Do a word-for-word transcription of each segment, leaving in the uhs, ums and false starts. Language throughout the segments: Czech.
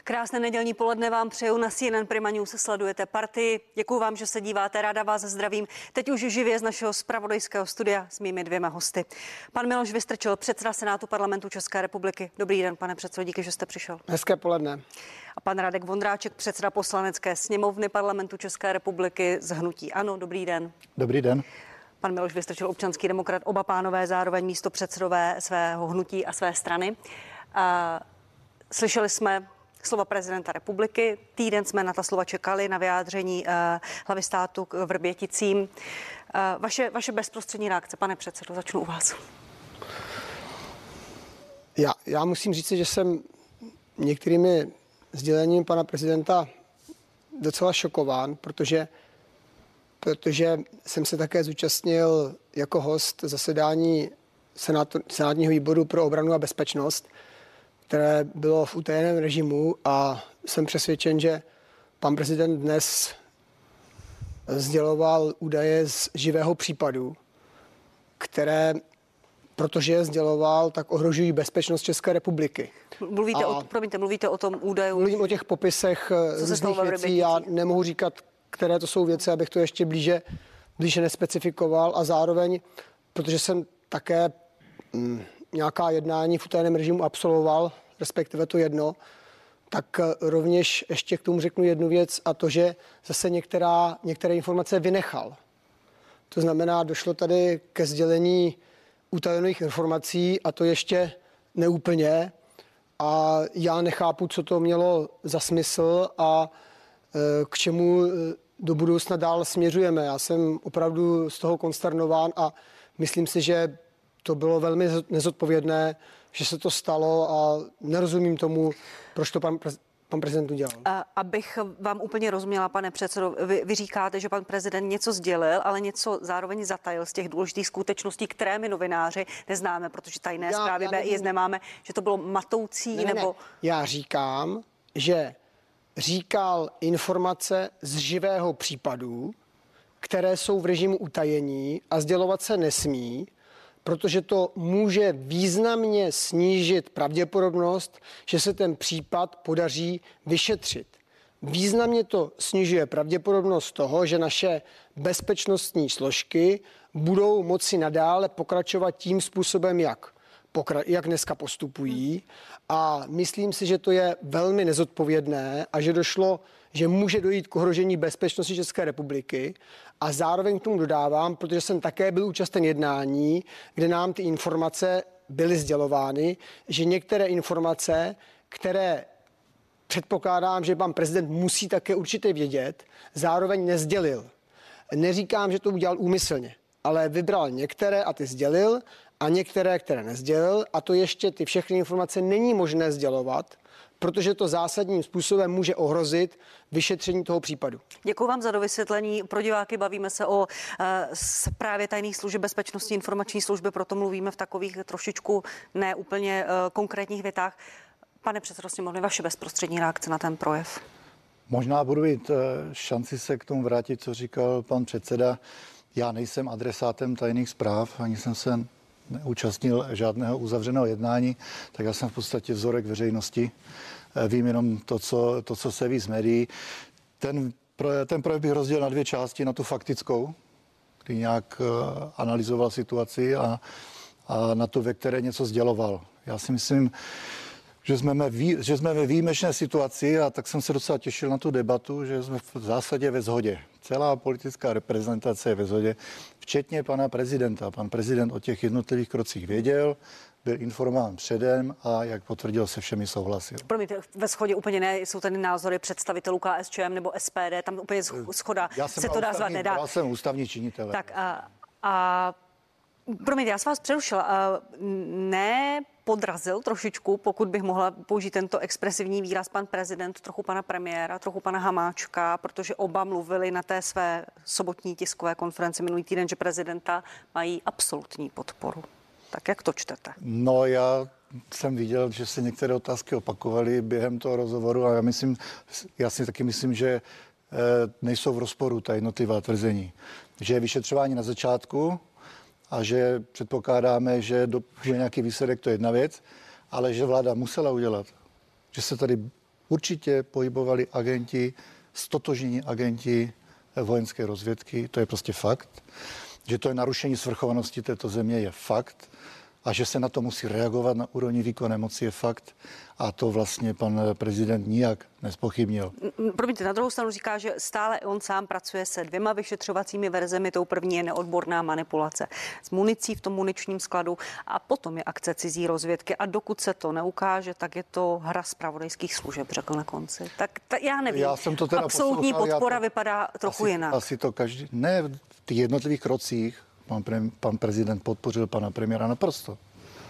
Krásné nedělní poledne vám přeju. Na C N N Prima News sledujete Partii. Děkuji vám, že se díváte, ráda vás zdravím. Teď už živě z našeho zpravodajského studia s mými dvěma hosty. Pan Miloš Vystrčil, předseda Senátu Parlamentu České republiky. Dobrý den, pane předsedo, díky, že jste přišel. Hezké poledne. A pan Radek Vondráček, předseda Poslanecké sněmovny Parlamentu České republiky z hnutí ANO. Dobrý den. Dobrý den. Pan Miloš Vystrčil, občanský demokrat, oba pánové zároveň místopředsedové svého hnutí a své strany. A slyšeli jsme slova prezidenta republiky. Týden jsme na ta slova čekali, na vyjádření uh, hlavy státu k Vrběticím. Uh, vaše, vaše bezprostřední reakce, pane předsedo, začnu u vás. Já, já musím říct, že jsem některými sděleními pana prezidenta docela šokován, protože, protože jsem se také zúčastnil jako host zasedání Senátu, Senátního výboru pro obranu a bezpečnost, které bylo v utajeném režimu, a jsem přesvědčen, že pan prezident dnes sděloval údaje z živého případu, které, protože je sděloval, tak ohrožují bezpečnost České republiky. Mluvíte, a o, promiňte, mluvíte o tom údaju? Mluvím o těch popisech různých věcí. Já nemohu říkat, které to jsou věci, abych to ještě blíže, blíže nespecifikoval, a zároveň, protože jsem také mm, nějaká jednání v utajeném režimu absolvoval, respektive to jedno, tak rovněž ještě k tomu řeknu jednu věc, a to, že zase některá, některé informace vynechal. To znamená, došlo tady ke sdělení utajených informací, a to ještě neúplně, a já nechápu, co to mělo za smysl a k čemu do budoucna dál směřujeme. Já jsem opravdu z toho konsternován a myslím si, že to bylo velmi nezodpovědné, že se to stalo, a nerozumím tomu, proč to pan, pan prezident udělal. Abych vám úplně rozuměla, pane předsedo, vy, vy říkáte, že pan prezident něco sdělil, ale něco zároveň zatajil z těch důležitých skutečností, které my novináři neznáme, protože tajné já, zprávy já B I S nemáme, že to bylo matoucí, ne, ne, nebo... Ne. Já říkám, že říkal informace z živého případu, které jsou v režimu utajení a sdělovat se nesmí, protože to může významně snížit pravděpodobnost, že se ten případ podaří vyšetřit. Významně to snižuje pravděpodobnost toho, že naše bezpečnostní složky budou moci nadále pokračovat tím způsobem, jak, pokra- jak dneska postupují. A myslím si, že to je velmi nezodpovědné a že došlo, že může dojít k ohrožení bezpečnosti České republiky. A zároveň k tomu dodávám, protože jsem také byl účasten jednání, kde nám ty informace byly sdělovány, že některé informace, které předpokládám, že pan prezident musí také určitě vědět, zároveň nesdělil. Neříkám, že to udělal úmyslně, ale vybral některé a ty sdělil, a některé, které nesdělil, a to ještě ty všechny informace není možné sdělovat, protože to zásadním způsobem může ohrozit vyšetření toho případu. Děkuji vám za dovysvětlení. Pro diváky bavíme se o uh, právě tajných služeb, bezpečnostní informační služby, proto mluvíme v takových trošičku neúplně uh, konkrétních větách. Pane předsedo sněmovny, vaše bezprostřední reakce na ten projev. Možná budu mít uh, šanci se k tomu vrátit, co říkal pan předseda. Já nejsem adresátem tajných zpráv, ani jsem se neúčastnil žádného uzavřeného jednání, tak já jsem v podstatě vzorek veřejnosti. Vím jenom to, co, to, co se ví z médií. Ten, ten projev bych rozdělil na dvě části, na tu faktickou, kdy nějak analyzoval situaci, a, a na tu, ve které něco sděloval. Já si myslím, že jsme, me, že jsme ve výjimečné situaci, a tak jsem se docela těšil na tu debatu, že jsme v zásadě ve shodě. Celá politická reprezentace je ve shodě, včetně pana prezidenta. Pan prezident o těch jednotlivých krocích věděl, byl informován předem a jak potvrdil, se všemi souhlasil. Promiňte, ve shodě úplně ne, jsou tady názory představitelů K S Č M nebo S P D, tam úplně shoda se to dá zvat nedá. Já jsem ústavní činitel. Tak a, a promiňte, já jsem vás přerušila. A ne podrazil trošičku, pokud bych mohla použít tento expresivní výraz, pan prezident, trochu pana premiéra, trochu pana Hamáčka, protože oba mluvili na té své sobotní tiskové konferenci minulý týden, že prezidenta mají absolutní podporu. Tak jak to čtete? No, já jsem viděl, že se některé otázky opakovaly během toho rozhovoru, a já myslím, já si taky myslím, že nejsou v rozporu ta jednotlivá tvrzení. Že je vyšetřování na začátku a že předpokládáme, že, do, že nějaký výsledek, to je jedna věc, ale že vláda musela udělat, že se tady určitě pohybovali agenti, stotožnění agenti vojenské rozvědky, to je prostě fakt. Že to je narušení svrchovanosti této země je fakt a že se na to musí reagovat na úrovni výkonné moci je fakt a to vlastně pan prezident nijak nezpochybnil. Promiňte, na druhou stranu říká, že stále on sám pracuje se dvěma vyšetřovacími verzemi. Tou první je neodborná manipulace s municí v tom muničním skladu a potom je akce cizí rozvědky a dokud se to neukáže, tak je to hra zpravodajských služeb, řekl na konci. Tak ta, já nevím. Já jsem to teda Absolutní poslouchal, podpora to, vypadá trochu asi, jinak. Asi to každý, ne v těch jednotlivých krocích pan, pre, pan prezident podpořil pana premiéra naprosto.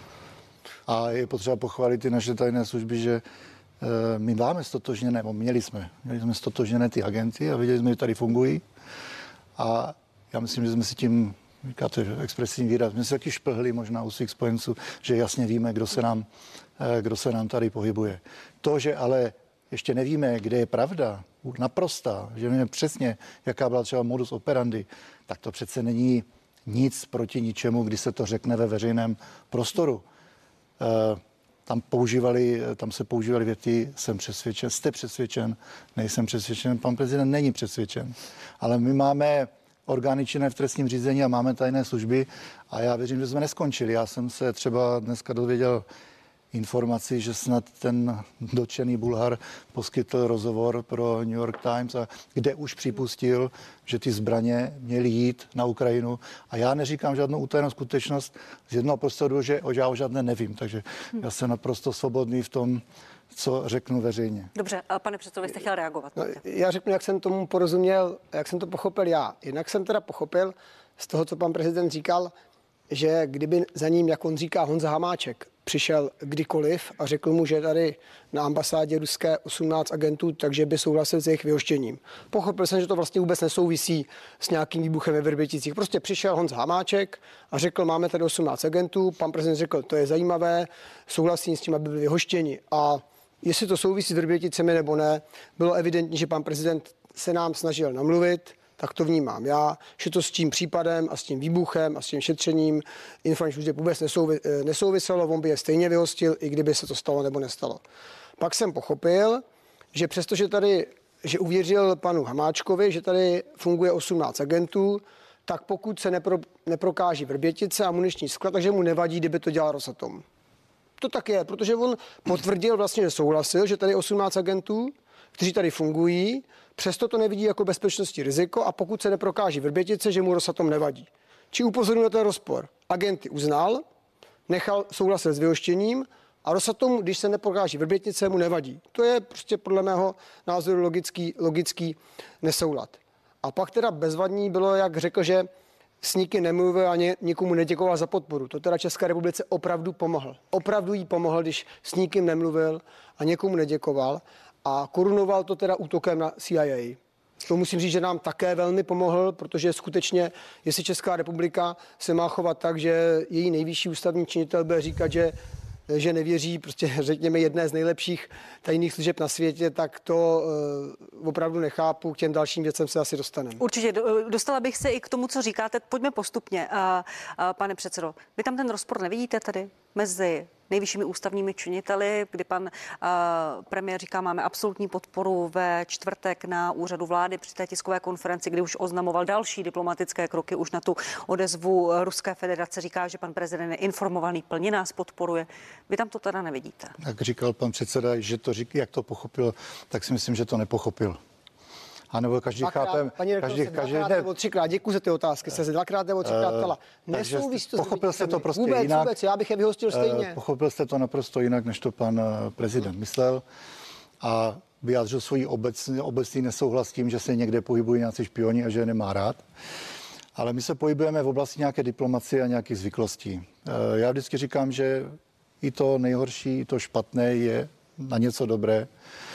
A je potřeba pochválit ty naše tajné služby, že e, my máme stotožněné, měli jsme, měli jsme stotožněné ty agenty a viděli jsme, že tady fungují. A já myslím, že jsme si tím, říkáte, expresivní výraz, jsme si taky šplhli možná u svých spojenců, že jasně víme, kdo se nám, e, kdo se nám tady pohybuje. To, že ale ještě nevíme, kde je pravda, naprostá, že nevíme přesně, jaká byla třeba modus operandi, tak to přece není nic proti ničemu, když se to řekne ve veřejném prostoru. Uh, tam, používali, tam se používali věty, jsem přesvědčen, jste přesvědčen, nejsem přesvědčen, pan prezident není přesvědčen. Ale my máme orgány činné v trestním řízení a máme tajné služby a já věřím, že jsme neskončili. Já jsem se třeba dneska dověděl informaci, že snad ten dotčený Bulhar poskytl rozhovor pro New York Times, a kde už připustil, že ty zbraně měly jít na Ukrajinu. A já neříkám žádnou utajenou skutečnost z jednoho prostoru, že já o žádné nevím. Takže já jsem naprosto svobodný v tom, co řeknu veřejně. Dobře, a pane předsedo, vy jste chtěl reagovat. No, já řeknu, jak jsem tomu porozuměl, jak jsem to pochopil já. Jinak jsem teda pochopil z toho, co pan prezident říkal, že kdyby za ním, jak on říká, Honza Hamáček, přišel kdykoliv a řekl mu, že tady na ambasádě ruské osmnáct agentů, takže by souhlasil s jejich vyhoštěním. Pochopil jsem, že to vlastně vůbec nesouvisí s nějakým výbuchem ve Vrběticích. Prostě přišel Honza Hamáček a řekl, máme tady osmnáct agentů, pan prezident řekl, to je zajímavé, souhlasím s tím, aby byli vyhoštěni. A jestli to souvisí s Vrběticemi nebo ne, bylo evidentní, že pan prezident se nám snažil namluvit, tak to vnímám já, že to s tím případem a s tím výbuchem a s tím šetřením informačních služeb vůbec nesouvi, nesouviselo, on by je stejně vyhostil, i kdyby se to stalo nebo nestalo. Pak jsem pochopil, že přestože tady, že uvěřil panu Hamáčkovi, že tady funguje osmnáct agentů, tak pokud se nepro, neprokáží Vrbětice a muniční sklad, takže mu nevadí, kdyby to dělal Rosatom. To tak je, protože on potvrdil vlastně, že souhlasil, že tady je osmnáct agentů, kteří tady fungují, přesto to nevidí jako bezpečnostní riziko a pokud se neprokáží Vrbětice, že mu Rosatom nevadí. Či upozorňuje na ten rozpor. Agenty uznal, nechal souhlasit s vyhoštěním a Rosatom, když se neprokáží Vrbětice, mu nevadí. To je prostě podle mého názoru logický, logický nesoulad. A pak teda bezvadní bylo, jak řekl, že s nikým nemluvil a ně, nikomu neděkoval za podporu. To teda České republice opravdu pomohl. Opravdu jí pomohl, když s nikým nemluvil a někomu neděkoval. A korunoval to teda útokem na C I A. To musím říct, že nám také velmi pomohl, protože skutečně, jestli Česká republika se má chovat tak, že její nejvyšší ústavní činitel bude říkat, že, že nevěří, prostě řekněme, jedné z nejlepších tajných služeb na světě, tak to uh, opravdu nechápu. K těm dalším věcem se asi dostaneme. Určitě. Dostala bych se i k tomu, co říkáte. Pojďme postupně, uh, uh, pane předsedo. Vy tam ten rozpor nevidíte tady mezi nejvyššími ústavními činiteli, kdy pan uh, premiér říká, máme absolutní podporu ve čtvrtek na úřadu vlády při té tiskové konferenci, kdy už oznamoval další diplomatické kroky, už na tu odezvu Ruské federace říká, že pan prezident je informovaný, plně nás podporuje. Vy tam to teda nevidíte. Jak říkal pan předseda, že to řík, jak to pochopil, tak si myslím, že to nepochopil. A nebo každý chápe... Paní rektor, každý, se každý, dvakrát nebo třikrát, děkuji za ty otázky, se dvakrát nebo třikrát ptala. Nesouvisí to s pochopil jste to prostě vůbec, jinak. Vůbec, já bych je vyhostil stejně. Pochopil jste to naprosto jinak, než to pan prezident myslel a vyjádřil svůj obecný, obecný nesouhlas s tím, že se někde pohybují nějací špioni a že je nemá rád. Ale my se pohybujeme v oblasti nějaké diplomacie a nějakých zvyklostí. Já vždycky říkám, že i to nejhorší, i to špatné je na něco dobré.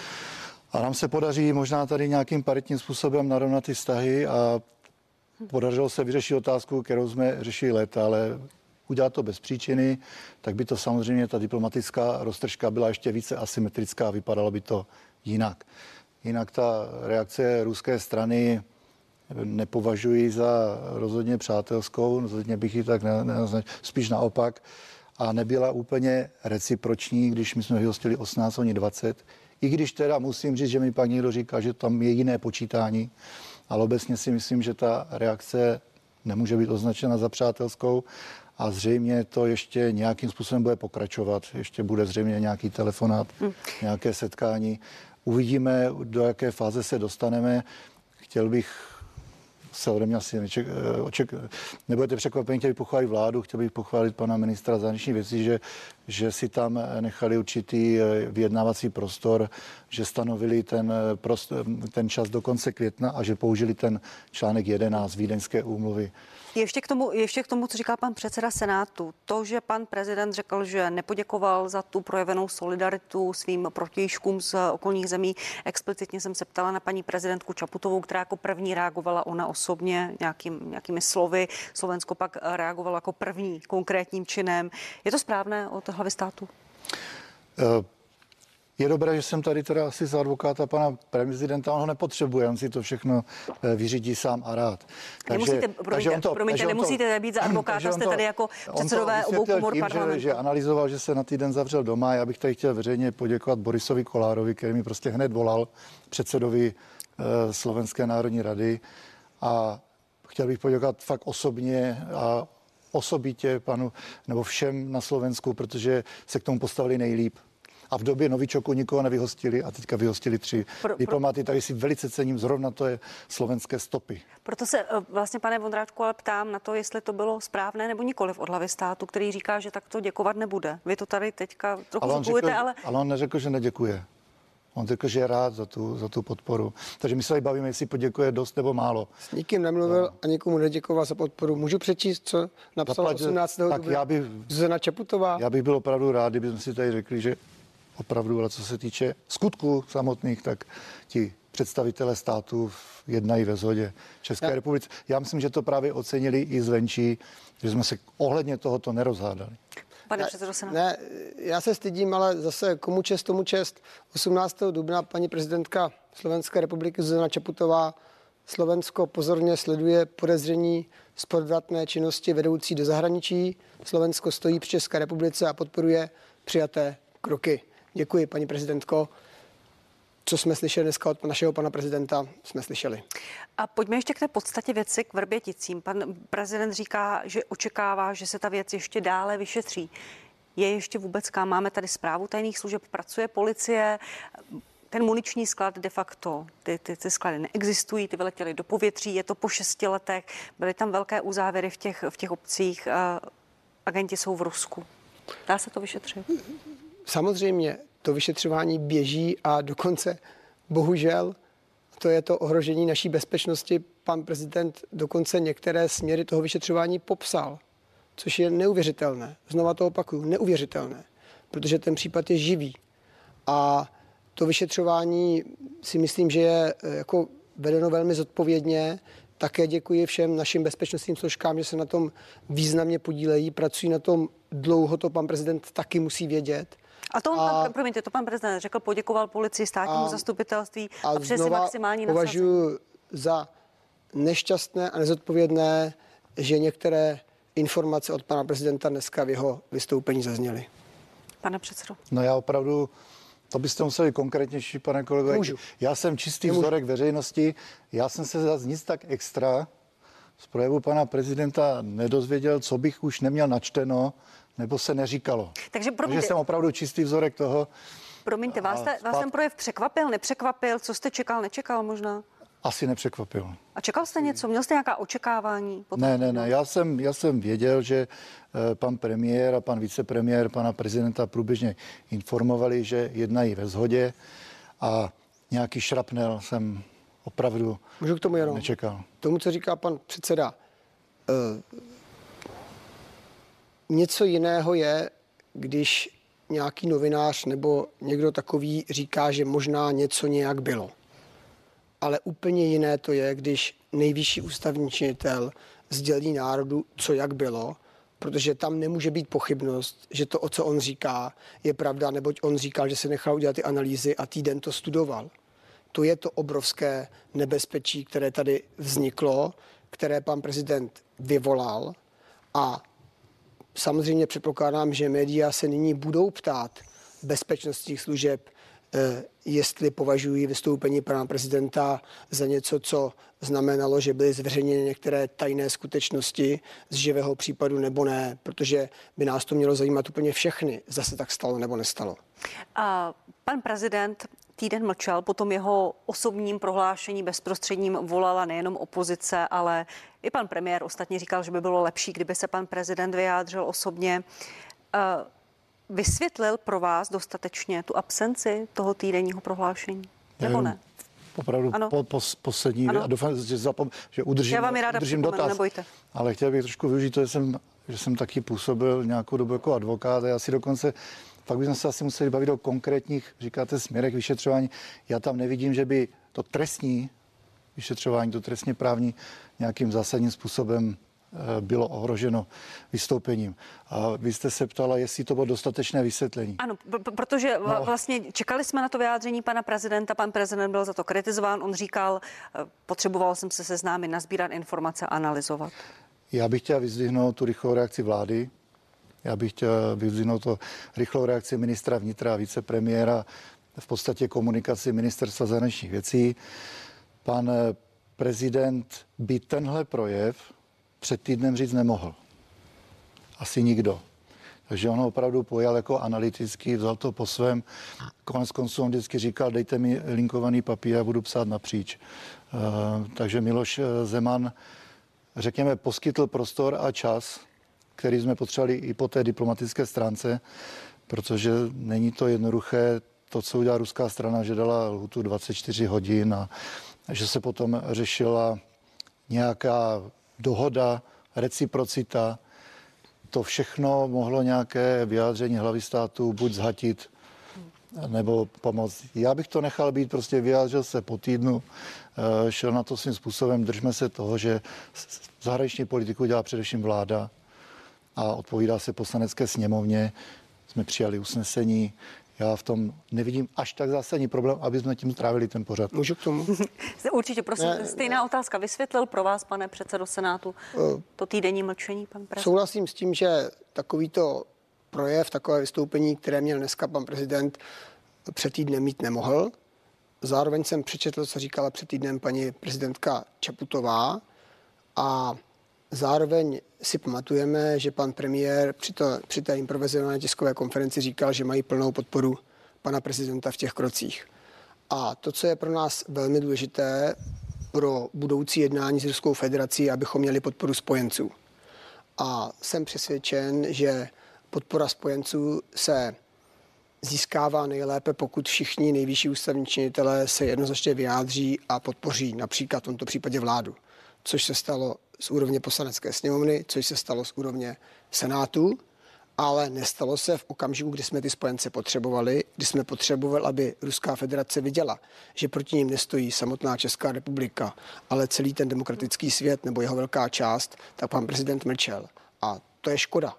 A nám se podaří možná tady nějakým paritním způsobem narovnat ty vztahy a podařilo se vyřešit otázku, kterou jsme řešili léta, ale udělat to bez příčiny, tak by to samozřejmě ta diplomatická roztržka byla ještě více asymetrická a vypadalo by to jinak. Jinak ta reakce ruské strany nepovažuji za rozhodně přátelskou, rozhodně bych ji tak nenaznačil, spíš naopak. A nebyla úplně reciproční, když my jsme vyhostili osmnáct, oni dvacet, I když teda musím říct, že mi pak někdo říká, že tam je jiné počítání, ale obecně si myslím, že ta reakce nemůže být označena za přátelskou a zřejmě to ještě nějakým způsobem bude pokračovat. Ještě bude zřejmě nějaký telefonát, hmm. nějaké setkání. Uvidíme, do jaké fáze se dostaneme. Chtěl bych se ode mě asi neček, oček, nebudete překvapení, chtěl bych pochválit vládu, chtěl bych pochválit pana ministra zahraničních věcí, že, že si tam nechali určitý vyjednávací prostor, že stanovili ten, prostor, ten čas do konce května a že použili ten článek jedenáct Vídeňské úmluvy. Ještě k tomu, ještě k tomu, co říkal pan předseda Senátu. To, že pan prezident řekl, že nepoděkoval za tu projevenou solidaritu svým protějškům z okolních zemí. Explicitně jsem se ptala na paní prezidentku Čaputovou, která jako první reagovala ona osobně nějakým, nějakými slovy. Slovensko pak reagovalo jako první konkrétním činem. Je to správné od hlavy státu? Uh. Je dobré, že jsem tady teda asi za advokáta pana prezidenta, on ho nepotřebuje, on si to všechno vyřídí sám a rád. Takže, nemusíte, promiňte, takže on to, promiňte, takže nemusíte to, být za advokáta, jste tady jako předsedové obou komor parlamentu. Že, že analyzoval, že se na týden zavřel doma. Já bych tady chtěl veřejně poděkovat Borisovi Kolárovi, který mi prostě hned volal, předsedovi uh, Slovenské národní rady, a chtěl bych poděkovat fakt osobně a osobitě panu, nebo všem na Slovensku, protože se k tomu postavili nejlíp. A v době novičoku nikoho nevyhostili a teďka vyhostili tři pro, diplomaty, takže si velice cením, zrovna to je slovenské stopy. Proto se vlastně, pane Vondráčku, ale ptám na to, jestli to bylo správné nebo nikoliv od hlavy státu, který říká, že takto děkovat nebude. Vy to tady teďka trochu zopakujete, ale... Ale on neřekl, že neděkuje. On řekl, že je rád za tu, za tu podporu. Takže my se tady bavíme, jestli poděkuje dost nebo málo. S nikým nemluvil no. a nikomu neděkoval za podporu. Můžu přečíst, co napsala osmnáctého dubna Zuzana Čaputová? Já bych byl opravdu rád, kdybychom si tady řekli, že opravdu, ale co se týče skutků samotných, tak ti představitelé státu jednají ve shodě České já. republice. Já myslím, že to právě ocenili i zvenčí, že jsme se ohledně tohoto nerozhádali. Pane předsedo Senátu. Ne, já se stydím, ale zase komu čest, tomu čest. osmnáctého dubna paní prezidentka Slovenské republiky Zuzana Čaputová Slovensko pozorně sleduje podezření z podvratné činnosti vedoucí do zahraničí. Slovensko stojí při České republice a podporuje přijaté kroky. Děkuji, paní prezidentko. Co jsme slyšeli dneska od našeho pana prezidenta, jsme slyšeli. A pojďme ještě k té podstatě věci, k Vrběticím. Pan prezident říká, že očekává, že se ta věc ještě dále vyšetří. Je ještě vůbec kam? Máme tady správu tajných služeb, pracuje policie, ten muniční sklad de facto, ty, ty, ty sklady neexistují, ty vyletěly do povětří, je to po šesti letech, byly tam velké uzávěry v těch, v těch obcích, agenti jsou v Rusku. Dá se to vyšetřit? Samozřejmě to vyšetřování běží a dokonce bohužel to je to ohrožení naší bezpečnosti. Pan prezident dokonce některé směry toho vyšetřování popsal, což je neuvěřitelné. Znova to opakuju, neuvěřitelné, protože ten případ je živý. A to vyšetřování si myslím, že je jako vedeno velmi zodpovědně. Také děkuji všem našim bezpečnostním složkám, že se na tom významně podílejí, pracují na tom dlouho, to pan prezident taky musí vědět. A to, on, a, pan, promiňte, to pan prezident řekl, poděkoval policii, státnímu a, zastupitelství a, a přes maximální nasazení. Považuji za nešťastné a nezodpovědné, že některé informace od pana prezidenta dneska v jeho vystoupení zazněly. Pane předsedo. No já opravdu, to byste museli konkrétnější, pane kolego. Můžu. Já jsem čistý Nemůžu. vzorek veřejnosti, já jsem se zase nic tak extra z projevu pana prezidenta nedozvěděl, co bych už neměl načteno, nebo se neříkalo. Takže, promiňte, Takže jsem opravdu čistý vzorek toho. Promiňte, vás, te, vás ten projev překvapil, nepřekvapil? Co jste čekal, nečekal možná? Asi nepřekvapil. A čekal jste něco? Měl jste nějaká očekávání? Potom? Ne, ne, ne. Já jsem, já jsem věděl, že pan premiér a pan vicepremiér pana prezidenta průběžně informovali, že jednají ve shodě a nějaký šrapnel jsem opravdu Můžu k tomu jenom nečekal. Tomu, co říká pan předseda, uh, něco jiného je, když nějaký novinář nebo někdo takový říká, že možná něco nějak bylo. Ale úplně jiné to je, když nejvyšší ústavní činitel sdělí národu, co jak bylo, protože tam nemůže být pochybnost, že to, o co on říká, je pravda, neboť on říkal, že se nechal udělat ty analýzy a týden to studoval. To je to obrovské nebezpečí, které tady vzniklo, které pan prezident vyvolal a samozřejmě předpokládám, že média se nyní budou ptát bezpečnostních služeb, jestli považují vystoupení pana prezidenta za něco, co znamenalo, že byly zveřejněny některé tajné skutečnosti z živého případu nebo ne, protože by nás to mělo zajímat úplně všechny, zda se tak stalo nebo nestalo. A pan prezident týden mlčel, potom jeho osobním prohlášení bezprostředním volala nejenom opozice, ale i pan premiér ostatně říkal, že by bylo lepší, kdyby se pan prezident vyjádřil osobně. Vysvětlil pro vás dostatečně tu absenci toho týdenního prohlášení? Nebo ne? Opravdu po, po, poslední, a doufám, že, zapom, že udržím, Já vám ráda udržím dotaz, nebojte. Ale chtěl bych trošku využít to, že jsem, že jsem taky působil nějakou dobu jako advokát a já si dokonce, pak bychom se asi museli bavit o konkrétních, říkáte, směrech vyšetřování. Já tam nevidím, že by to trestní vyšetřování, to trestně právní nějakým zásadním způsobem bylo ohroženo vystoupením. A vy jste se ptala, jestli to bylo dostatečné vysvětlení. Ano, protože no. vlastně čekali jsme na to vyjádření pana prezidenta, pan prezident byl za to kritizován, on říkal, potřeboval jsem se seznámit, nazbírat informace a analyzovat. Já bych chtěl vyzdvihnout tu rychlou reakci vlády, já bych chtěl vyzdvihnout to rychlou reakci ministra vnitra a vicepremiéra, v podstatě komunikaci ministerstva zahraničních věcí. Pan prezident by tenhle projev před týdnem říct nemohl. Asi nikdo. Takže on ho opravdu pojal jako analytický, vzal to po svém. Konec konců on vždycky říkal, dejte mi linkovaný papír, já budu psát napříč. Uh, takže Miloš Zeman, řekněme, poskytl prostor a čas, který jsme potřebovali i po té diplomatické stránce, protože není to jednoduché, to, co udělala ruská strana, že dala lhůtu dvacet čtyři hodin a že se potom řešila nějaká dohoda, reciprocita, to všechno mohlo nějaké vyjádření hlavy státu buď zhatit, nebo pomoct. Já bych to nechal být, prostě vyjádřil se po týdnu, šel na to svým způsobem, držme se toho, že zahraniční politiku dělá především vláda a odpovídá se poslanecké sněmovně. Jsme přijali usnesení. Já v tom nevidím až tak zásadní problém, aby jsme tím strávili ten pořad. Můžu k tomu? Určitě, prosím, ne, stejná ne. otázka. Vysvětlil pro vás, pane předsedo Senátu, to týdenní mlčení, pan prezident? Souhlasím s tím, že takovýto projev, takové vystoupení, které měl dneska pan prezident, před týdnem mít nemohl. Zároveň jsem přečetl, co říkala před týdnem paní prezidentka Čaputová a zároveň si pamatujeme, že pan premiér při, to, při té improvizované tiskové konferenci říkal, že mají plnou podporu pana prezidenta v těch krocích. A to, co je pro nás velmi důležité pro budoucí jednání s Ruskou federací, abychom měli podporu spojenců. A jsem přesvědčen, že podpora spojenců se získává nejlépe, pokud všichni nejvyšší ústavní činitelé se jednoznačně vyjádří a podpoří například v tomto případě vládu, což se stalo z úrovně poslanecké sněmovny, což se stalo z úrovně Senátu, ale nestalo se v okamžiku, kdy jsme ty spojence potřebovali, kdy jsme potřebovali, aby Ruská federace viděla, že proti ním nestojí samotná Česká republika, ale celý ten demokratický svět nebo jeho velká část, tak pan prezident mlčel. A to je škoda.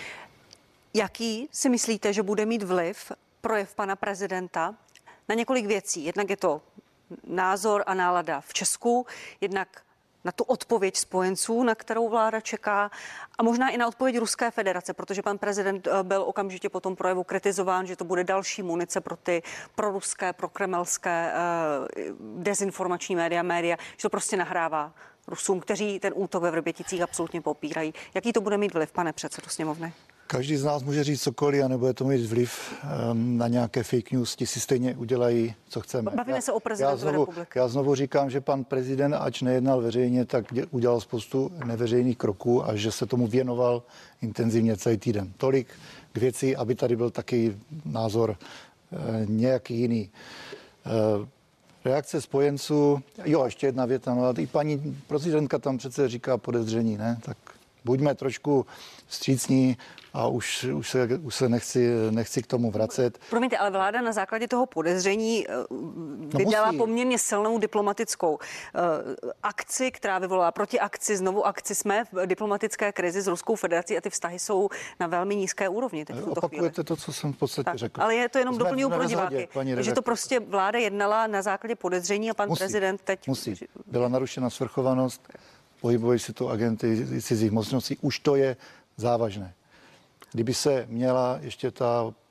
Jaký si myslíte, že bude mít vliv projev pana prezidenta na několik věcí? Jednak je to názor a nálada v Česku, jednak na tu odpověď spojenců, na kterou vláda čeká, a možná i na odpověď Ruské federace, protože pan prezident byl okamžitě po tom projevu kritizován, že to bude další munice pro ty proruské, prokremelské eh, dezinformační média, média, že to prostě nahrává Rusům, kteří ten útok ve Vrběticích absolutně popírají. Jaký to bude mít vliv, pane předsedo sněmovny? Každý z nás může říct cokoliv a nebude to mít vliv um, na nějaké fake news, ti si stejně udělají, co chceme. Bavíme já, se o prezidentu republiky. Já znovu říkám, že pan prezident, ač nejednal veřejně, tak udělal spoustu neveřejných kroků a že se tomu věnoval intenzivně celý týden. Tolik k věci, aby tady byl taky názor uh, nějaký jiný. Uh, reakce spojenců, jo, ještě jedna věta, no, i paní prezidentka tam přece říká podezření, ne? Tak buďme trošku vstřícní a už, už se, už se nechci, nechci k tomu vracet. Promiňte, ale vláda na základě toho podezření vydala no poměrně silnou diplomatickou uh, akci, která vyvolala protiakci, znovu akci. Jsme v diplomatické krizi s Ruskou federací a ty vztahy jsou na velmi nízké úrovni teď v tuto Opakujete chvíli. To, co jsem v podstatě tak, řekl. Ale je to jenom doplňuji pro diváky, že to prostě vláda jednala na základě podezření a pan musí, prezident teď... Musí. Byla narušena svrchovanost, pohybují si tu agenty cizích mocností, už to je závažné. Kdyby se měla ještě ta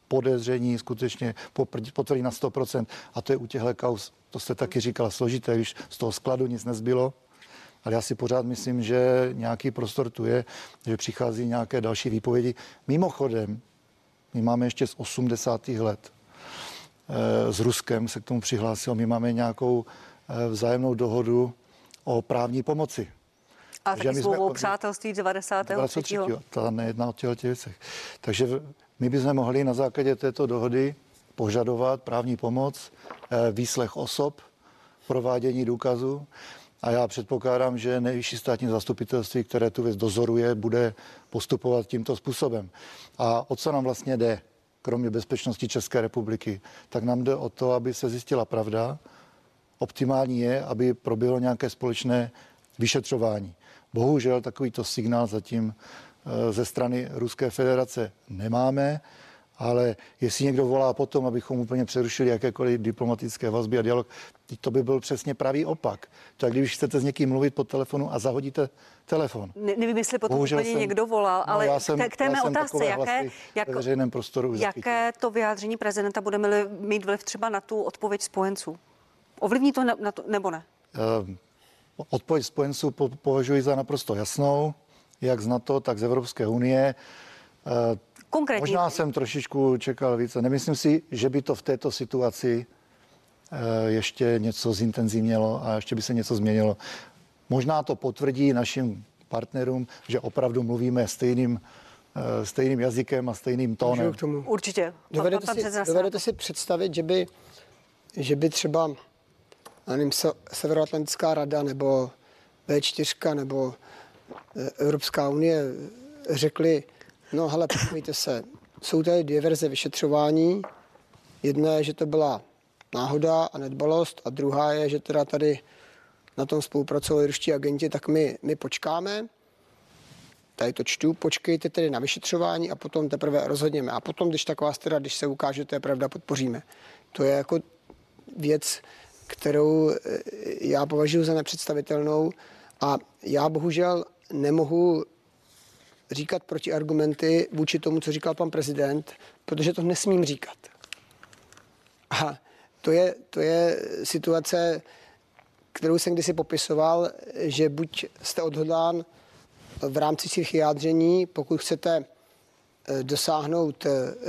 podezření skutečně potvrdí na sto procent. A to je u těchto kauz, to jste taky říkala, složité, když z toho skladu nic nezbylo. Ale já si pořád myslím, že nějaký prostor tu je, že přichází nějaké další výpovědi. Mimochodem, my máme ještě z osmdesátých let e, s Ruskem se k tomu přihlásil, my máme nějakou e, vzájemnou dohodu o právní pomoci. A taky svou přátelství devadesátého třetího Ta nejedná o těchto věcech. Takže my bychom mohli na základě této dohody požadovat právní pomoc, e, výslech osob, provádění důkazů. A já předpokládám, že nejvyšší státní zastupitelství, které tu věc dozoruje, bude postupovat tímto způsobem. A o co nám vlastně jde, kromě bezpečnosti České republiky, tak nám jde o to, aby se zjistila pravda. Optimální je, aby proběhlo nějaké společné vyšetřování. Bohužel takovýto signál zatím ze strany Ruské federace nemáme, ale jestli někdo volá potom, abychom úplně přerušili jakékoliv diplomatické vazby a dialog, to by byl přesně pravý opak. To je, když chcete s někým mluvit po telefonu a zahodíte telefon. Ne, nevím, jestli potom úplně jsem, někdo volal, ale no, jsem, k té mé otázce, jaké, jak, veřejném prostoru jaké to vyjádření prezidenta budeme mít vliv třeba na tu odpověď spojenců? Ovlivní to, na, na to nebo ne? Uh, odpověď spojenců po, považuji za naprosto jasnou, jak z NATO, tak z Evropské unie. Uh, Konkrétně. Možná jsem trošičku čekal více. Nemyslím si, že by to v této situaci ještě něco zintenzivnělo a ještě by se něco změnilo. Možná to potvrdí našim partnerům, že opravdu mluvíme stejným, stejným jazykem a stejným tónem. Určitě. Dovedete, pan, pan si, dovedete si představit, že by, že by třeba nevím, Severoatlantická rada nebo vé čtyři nebo Evropská unie řekli, no hele, podívejte se, jsou tady dvě verze vyšetřování. Jedna je, že to byla náhoda a nedbalost a druhá je, že teda tady na tom spolupracovali ruští agenti, tak my, my počkáme. Tady to čtu, počkejte tedy na vyšetřování a potom teprve rozhodněme. A potom, když tak vás teda, když se ukáže, to je pravda, podpoříme. To je jako věc, kterou já považuji za nepředstavitelnou a já bohužel nemohu říkat protiargumenty vůči tomu, co říkal pan prezident, protože to nesmím říkat. A to je, to je situace, kterou jsem kdysi popisoval, že buď jste odhodlán v rámci svých vyjádření, pokud chcete dosáhnout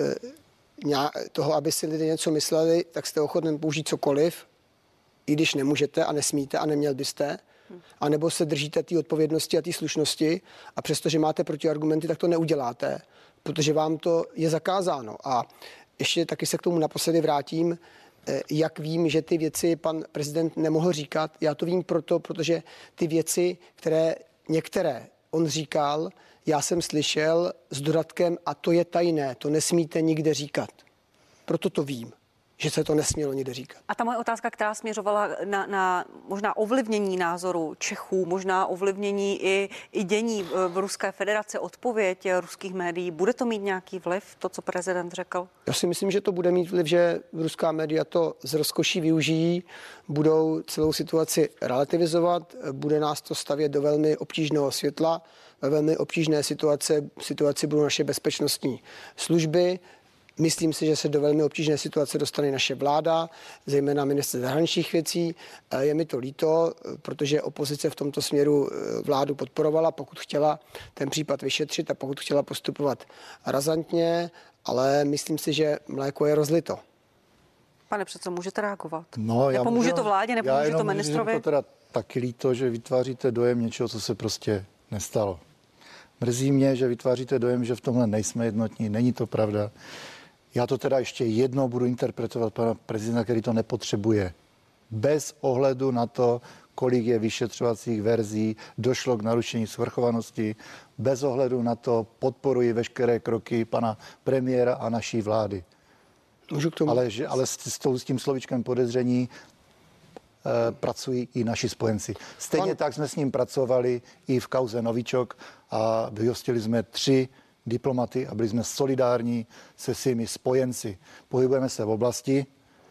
toho, aby si lidé něco mysleli, tak jste ochoten použít cokoliv, i když nemůžete a nesmíte a neměl byste, a nebo se držíte té odpovědnosti a té slušnosti a přestože máte protiargumenty, tak to neuděláte, protože vám to je zakázáno. A ještě taky se k tomu naposledy vrátím, jak vím, že ty věci pan prezident nemohl říkat. Já to vím proto, protože ty věci, které některé on říkal, já jsem slyšel s dodatkem a to je tajné, to nesmíte nikde říkat. Proto to vím, že se to nesmělo nikde říkat. A ta moje otázka, která směřovala na, na možná ovlivnění názoru Čechů, možná ovlivnění i, i dění v Ruské federaci, odpověď ruských médií, bude to mít nějaký vliv, to, co prezident řekl? Já si myslím, že to bude mít vliv, že ruská média to z rozkoší využijí, budou celou situaci relativizovat, bude nás to stavět do velmi obtížného světla, ve velmi obtížné situace, situaci budou naše bezpečnostní služby. Myslím si, že se do velmi obtížné situace dostane naše vláda, zejména ministr zahraničních věcí. Je mi to líto, protože opozice v tomto směru vládu podporovala, pokud chtěla ten případ vyšetřit a pokud chtěla postupovat razantně, ale myslím si, že mléko je rozlito. Pane předsedo, můžete reagovat? No, nepomůže já to vládě, nepomůže to ministrovi? Já to teda taky líto, že vytváříte dojem něčeho, co se prostě nestalo. Mrzí mě, že vytváříte dojem, že v tomhle nejsme jednotní, není to pravda. Já to teda ještě jednou budu interpretovat pana prezidenta, který to nepotřebuje. Bez ohledu na to, kolik je vyšetřovacích verzí, došlo k narušení svrchovanosti, bez ohledu na to podporuji veškeré kroky pana premiéra a naší vlády. Můžu k tomu? Ale, že, ale s, s tím slovíčkem podezření e, pracují i naši spojenci. Stejně Pan... tak jsme s ním pracovali i v kauze Novičok a vyhostili jsme tři diplomaty a byli jsme solidární se svými spojenci. Pohybujeme se v oblasti,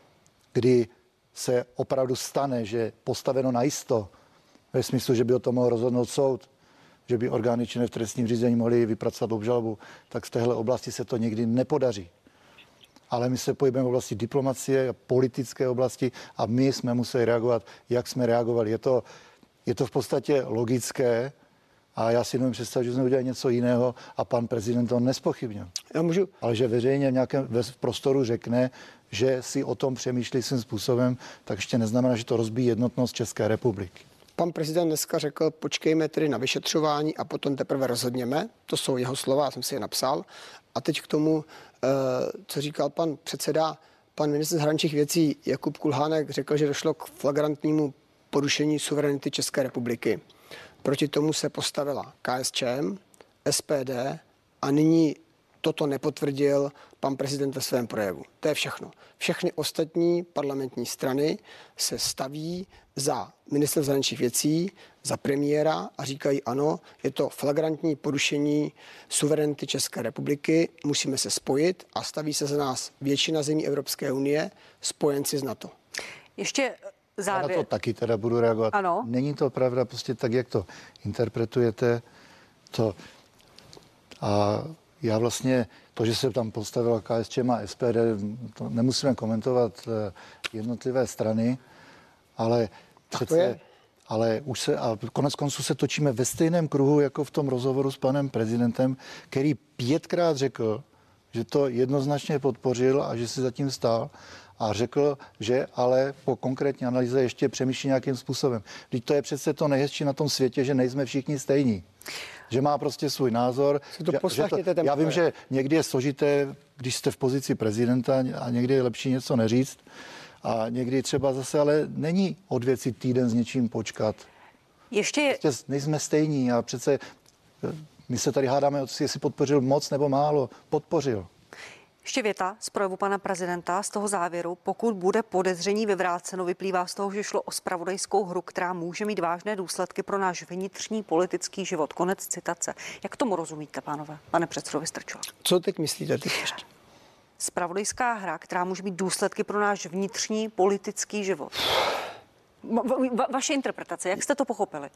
kdy se opravdu stane, že postaveno na jisto, ve smyslu, že by o tom mohl rozhodnout soud, že by orgány činné v trestním řízení mohly vypracovat obžalobu, tak z téhle oblasti se to někdy nepodaří. ale my se pohybujeme v oblasti diplomacie, politické oblasti a my jsme museli reagovat, jak jsme reagovali. Je to, je to v podstatě logické a já si nevím představit, že jsme udělali něco jiného a pan prezident to nespochybnil. Já můžu... Ale že veřejně v nějakém prostoru řekne, že si o tom přemýšlí svým způsobem, tak ještě neznamená, že to rozbíjí jednotnost České republiky. Pan prezident dneska řekl, počkejme tedy na vyšetřování a potom teprve rozhodněme. To jsou jeho slova, já jsem si je napsal. A teď k tomu, co říkal pan předseda, pan ministr zahraničních věcí Jakub Kulhánek řekl, že došlo k flagrantnímu porušení suverenity České republiky. Proti tomu se postavila K S Č M, S P D a nyní toto nepotvrdil pan prezident ve svém projevu. To je všechno. Všechny ostatní parlamentní strany se staví za ministra zahraničních věcí, za premiéra a říkají ano, je to flagrantní porušení suverenity České republiky, musíme se spojit a staví se za nás většina zemí Evropské unie, spojenci z NATO. Ještě závěr. Já na to taky teda budu reagovat. Ano. Není to pravda, prostě tak, jak to interpretujete. To a já vlastně, to, že se tam postavila K S Č M a S P D, to nemusíme komentovat jednotlivé strany, ale přece, ale už se, a konec konců se točíme ve stejném kruhu, jako v tom rozhovoru s panem prezidentem, který pětkrát řekl, že to jednoznačně podpořil a že si zatím stál a řekl, že ale po konkrétní analýze ještě přemýšlí nějakým způsobem. Vždyť to je přece to nejhezčí na tom světě, že nejsme všichni stejní. Že má prostě svůj názor. To že, že to, já vím, že někdy je složité, když jste v pozici prezidenta a někdy je lepší něco neříct. A někdy třeba zase, ale není od věci týden s něčím počkat. Ještě... Prostě nejsme stejní a přece my se tady hádáme, jestli podpořil moc nebo málo. Podpořil. Ještě věta z projevu pana prezidenta z toho závěru. Pokud bude podezření vyvráceno, vyplývá z toho, že šlo o zpravodajskou hru, která může mít vážné důsledky pro náš vnitřní politický život. Konec citace. Jak tomu rozumíte, pánové? Pane předsedo Vystrčila. Co teď myslíte teď ještě? Zpravodajská hra, která může mít důsledky pro náš vnitřní politický život. Va- va- vaše interpretace, jak jste to pochopili?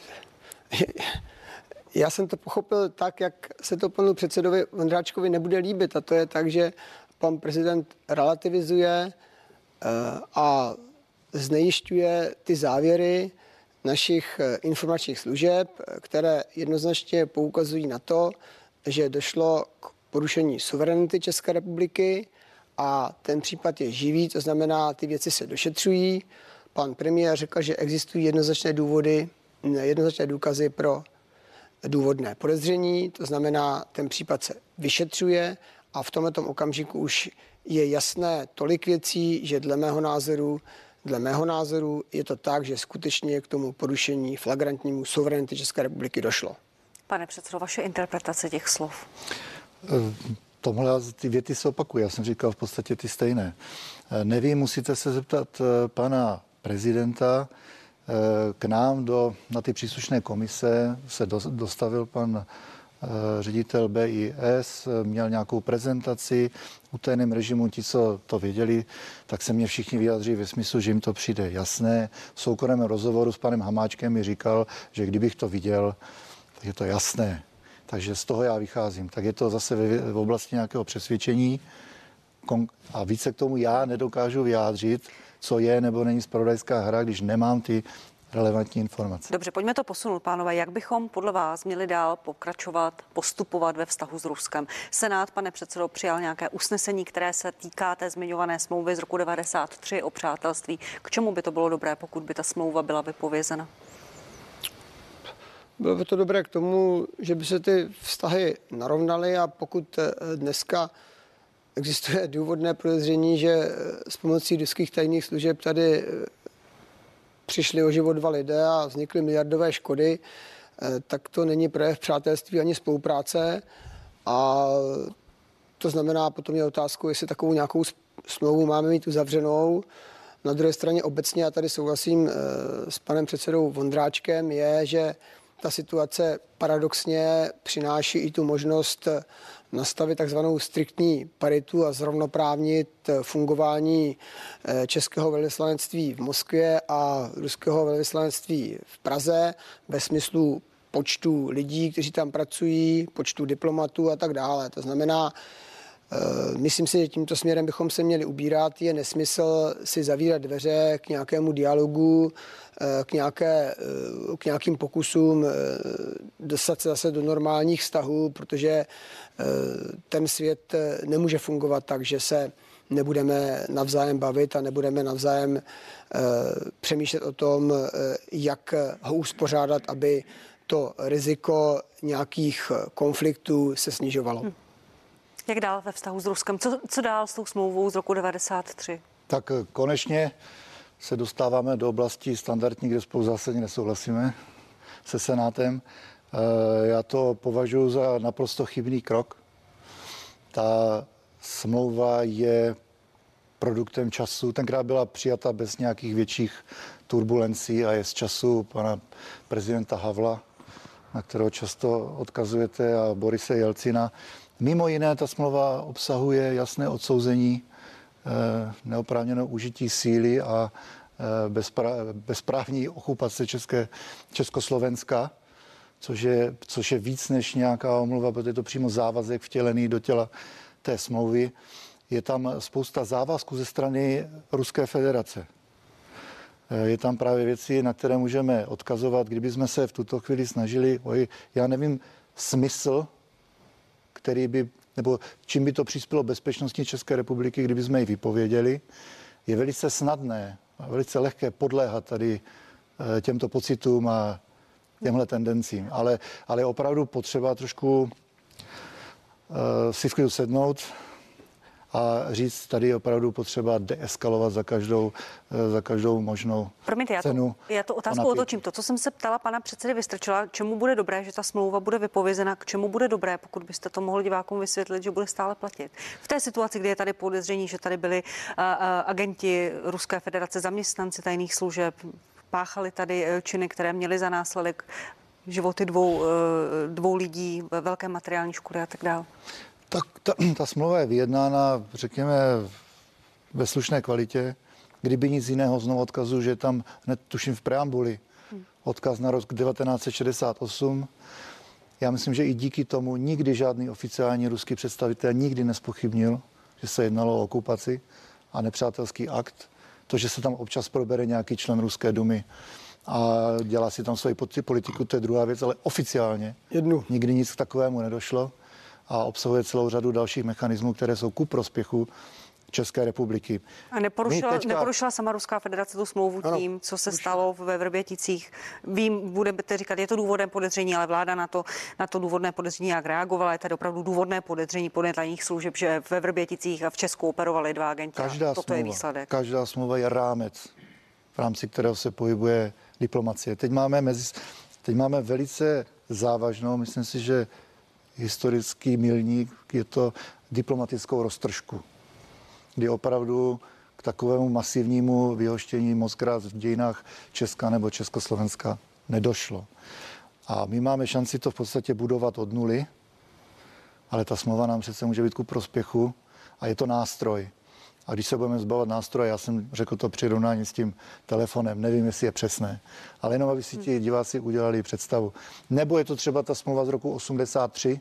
Já jsem to pochopil tak, jak se to panu předsedovi Vondráčkovi nebude líbit. A to je tak, že pan prezident relativizuje a znejišťuje ty závěry našich informačních služeb, které jednoznačně poukazují na to, že došlo k porušení suverenity České republiky a ten případ je živý, to znamená, ty věci se došetřují. Pan premiér řekl, že existují jednoznačné důvody, jednoznačné důkazy pro důvodné podezření, to znamená, ten případ se vyšetřuje a v tomto okamžiku už je jasné tolik věcí, že dle mého názoru, dle mého názoru je to tak, že skutečně k tomu porušení flagrantnímu suverenity České republiky došlo. Pane předsedo, vaše interpretace těch slov. Tomhle ty věty se opakují, já jsem říkal v podstatě ty stejné. Nevím, musíte se zeptat pana prezidenta. K nám do, na ty příslušné komise se do, dostavil pan uh, ředitel B I S, měl nějakou prezentaci v utajeném režimu, ti, co to věděli, tak se mě všichni vyjádří ve smyslu, že jim to přijde jasné. V soukromém rozhovoru s panem Hamáčkem mi říkal, že kdybych to viděl, tak je to jasné. Takže z toho já vycházím. Tak je to zase v, v oblasti nějakého přesvědčení a více k tomu já nedokážu vyjádřit, co je nebo není zpravodajská hra, když nemám ty relevantní informace. Dobře, pojďme to posunout, pánové. Jak bychom podle vás měli dál pokračovat, postupovat ve vztahu s Ruskem? Senát, pane předsedo, přijal nějaké usnesení, které se týká té zmiňované smlouvy z roku devadesát tři o přátelství. K čemu by to bylo dobré, pokud by ta smlouva byla vypovězena? Bylo by to dobré k tomu, že by se ty vztahy narovnaly a pokud dneska existuje důvodné podezření, že s pomocí ruských tajných služeb tady přišli o život dva lidé a vznikly miliardové škody, tak to není projev přátelství ani spolupráce. A to znamená, potom je otázkou, jestli takovou nějakou smlouvu máme mít uzavřenou. Na druhé straně obecně, já tady souhlasím s panem předsedou Vondráčkem, je, že ta situace paradoxně přináší i tu možnost nastavit takzvanou striktní paritu a zrovnoprávnit fungování českého velvyslanectví v Moskvě a ruského velvyslanectví v Praze ve smyslu počtu lidí, kteří tam pracují, počtu diplomatů a tak dále. To znamená, Myslím si, že tímto směrem bychom se měli ubírat. Je nesmysl si zavírat dveře k nějakému dialogu, k, nějaké, k nějakým pokusům dostat se zase do normálních vztahů, protože ten svět nemůže fungovat tak, že se nebudeme navzájem bavit a nebudeme navzájem přemýšlet o tom, jak ho uspořádat, aby to riziko nějakých konfliktů se snižovalo. Hmm. Jak dál ve vztahu s Ruskem? Co, co dál s tou smlouvou z roku devadesát tři? Tak konečně se dostáváme do oblasti standardní, kde spolu zásadně nesouhlasíme se Senátem. Já to považuji za naprosto chybný krok. Ta smlouva je produktem času. Tenkrát byla přijata bez nějakých větších turbulencí a je z času pana prezidenta Havla, na kterého často odkazujete, a Borise Jelcina. Mimo jiné ta smlouva obsahuje jasné odsouzení eh, neoprávněného užití síly a eh, bezpra, bezprávní okupace České, Československa, což je, což je víc než nějaká omluva, protože je to přímo závazek vtělený do těla té smlouvy. Je tam spousta závazků ze strany Ruské federace. Eh, je tam právě věci, na které můžeme odkazovat, kdyby jsme se v tuto chvíli snažili, oj, já nevím, smysl, který by, nebo čím by to přispělo bezpečnosti České republiky, kdyby jsme ji vypověděli, je velice snadné a velice lehké podléhat tady těmto pocitům a těmhle tendencím. Ale, ale je opravdu potřeba trošku uh, si v klidu sednout a říct, tady je opravdu potřeba deeskalovat za každou, za každou možnou Promiňte, já cenu. To, já to otázku otočím. To, co jsem se ptala pana předsedy Vystrčila, čemu bude dobré, že ta smlouva bude vypovězena, k čemu bude dobré, pokud byste to mohl divákům vysvětlit, že bude stále platit. V té situaci, kdy je tady podezření, že tady byli uh, uh, agenti Ruské federace, zaměstnanci tajných služeb, páchali tady činy, které měly za následek životy dvou, uh, dvou lidí, velké materiální škody a tak dále. Tak ta, ta smlouva je vyjednána, řekněme, ve slušné kvalitě. Kdyby nic jiného, znovu odkazu, že tam hned tuším v preambuli odkaz na rok devatenáct set šedesát osm. Já myslím, že i díky tomu nikdy žádný oficiální ruský představitel nikdy nespochybnil, že se jednalo o okupaci a nepřátelský akt. To, že se tam občas probere nějaký člen Ruské dumy a dělá si tam svoji politiku, to je druhá věc, ale oficiálně Jednu. nikdy nic k takovému nedošlo. A obsahuje celou řadu dalších mechanismů, které jsou ku prospěchu České republiky. A neporušila, teďka... neporušila sama Ruská federace tu smlouvu ano, tím, co se stalo ve Vrběticích. Vím, budete říkat, je to důvodné podezření, ale vláda na to, na to důvodné podezření jak reagovala. Je tady opravdu důvodné podezření podle tajných služeb, že ve Vrběticích a v Česku operovali dva agenti. Každá Toto smlouva, je výsledek. Každá smlouva je rámec, v rámci kterého se pohybuje diplomacie. Teď máme, mezi, teď máme velice závažnou, myslím si, že historický milník, je to diplomatickou roztržku, kdy opravdu k takovému masivnímu vyhoštění mockrát v dějinách Česka nebo Československa nedošlo. A my máme šanci to v podstatě budovat od nuly, ale ta smlouva nám přece může být ku prospěchu a je to nástroj. A když se budeme zbavovat nástroje, já jsem řekl to přirovnání s tím telefonem, nevím, jestli je přesné, ale jenom, aby si ti diváci udělali představu. Nebo je to třeba ta smlouva z roku osmdesát tři,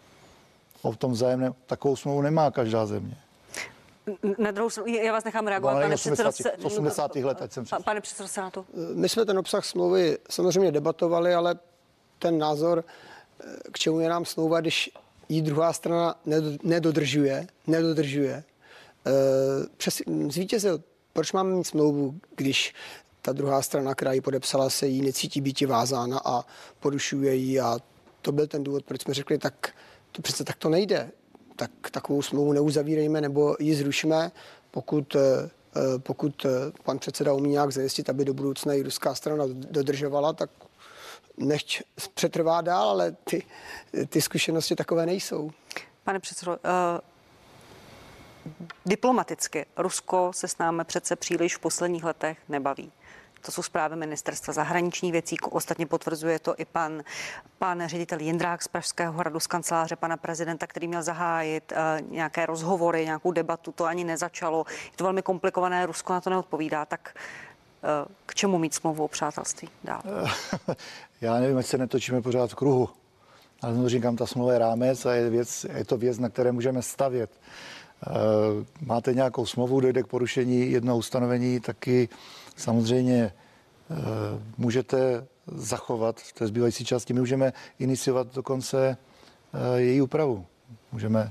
o tom vzájemném, takovou smlouvu nemá každá země. Na druhou stranu, já vás nechám reagovat, pane předsedo. osmdesátých let, ať jsem přesný. Pane předsedo Senátu. My jsme ten obsah smlouvy samozřejmě debatovali, ale ten názor, k čemu je nám smlouva, když ji druhá strana nedodržuje, nedodržuje, Přes, zvítězil. Proč máme mít smlouvu, když ta druhá strana, která ji podepsala, se jí necítí býti vázána a porušuje ji, a to byl ten důvod, proč jsme řekli, tak to přece tak to nejde. Tak takovou smlouvu neuzavírejme nebo ji zrušme, pokud, pokud pan předseda umí nějak zajistit, aby do budoucna i ruská strana dodržovala, tak nechť přetrvá dál, ale ty, ty zkušenosti takové nejsou. Pane předsedo, uh... diplomaticky Rusko se s námi přece příliš v posledních letech nebaví. To jsou zprávy ministerstva zahraničních věcí, ostatně potvrzuje to i pan, pan ředitel Jindrák z Pražského hradu, z kanceláře pana prezidenta, který měl zahájit uh, nějaké rozhovory, nějakou debatu, to ani nezačalo. Je to velmi komplikované, Rusko na to neodpovídá, tak uh, k čemu mít smlouvu o přátelství dál? Já nevím, ať se netočíme pořád v kruhu. Ale znovu říkám, ta smlouva je rámec a je, věc, je to věc, na které můžeme stavět. Máte nějakou smlouvu, dojde k porušení jednoho ustanovení, taky samozřejmě můžete zachovat v té zbývající části. My můžeme iniciovat dokonce její úpravu. Můžeme,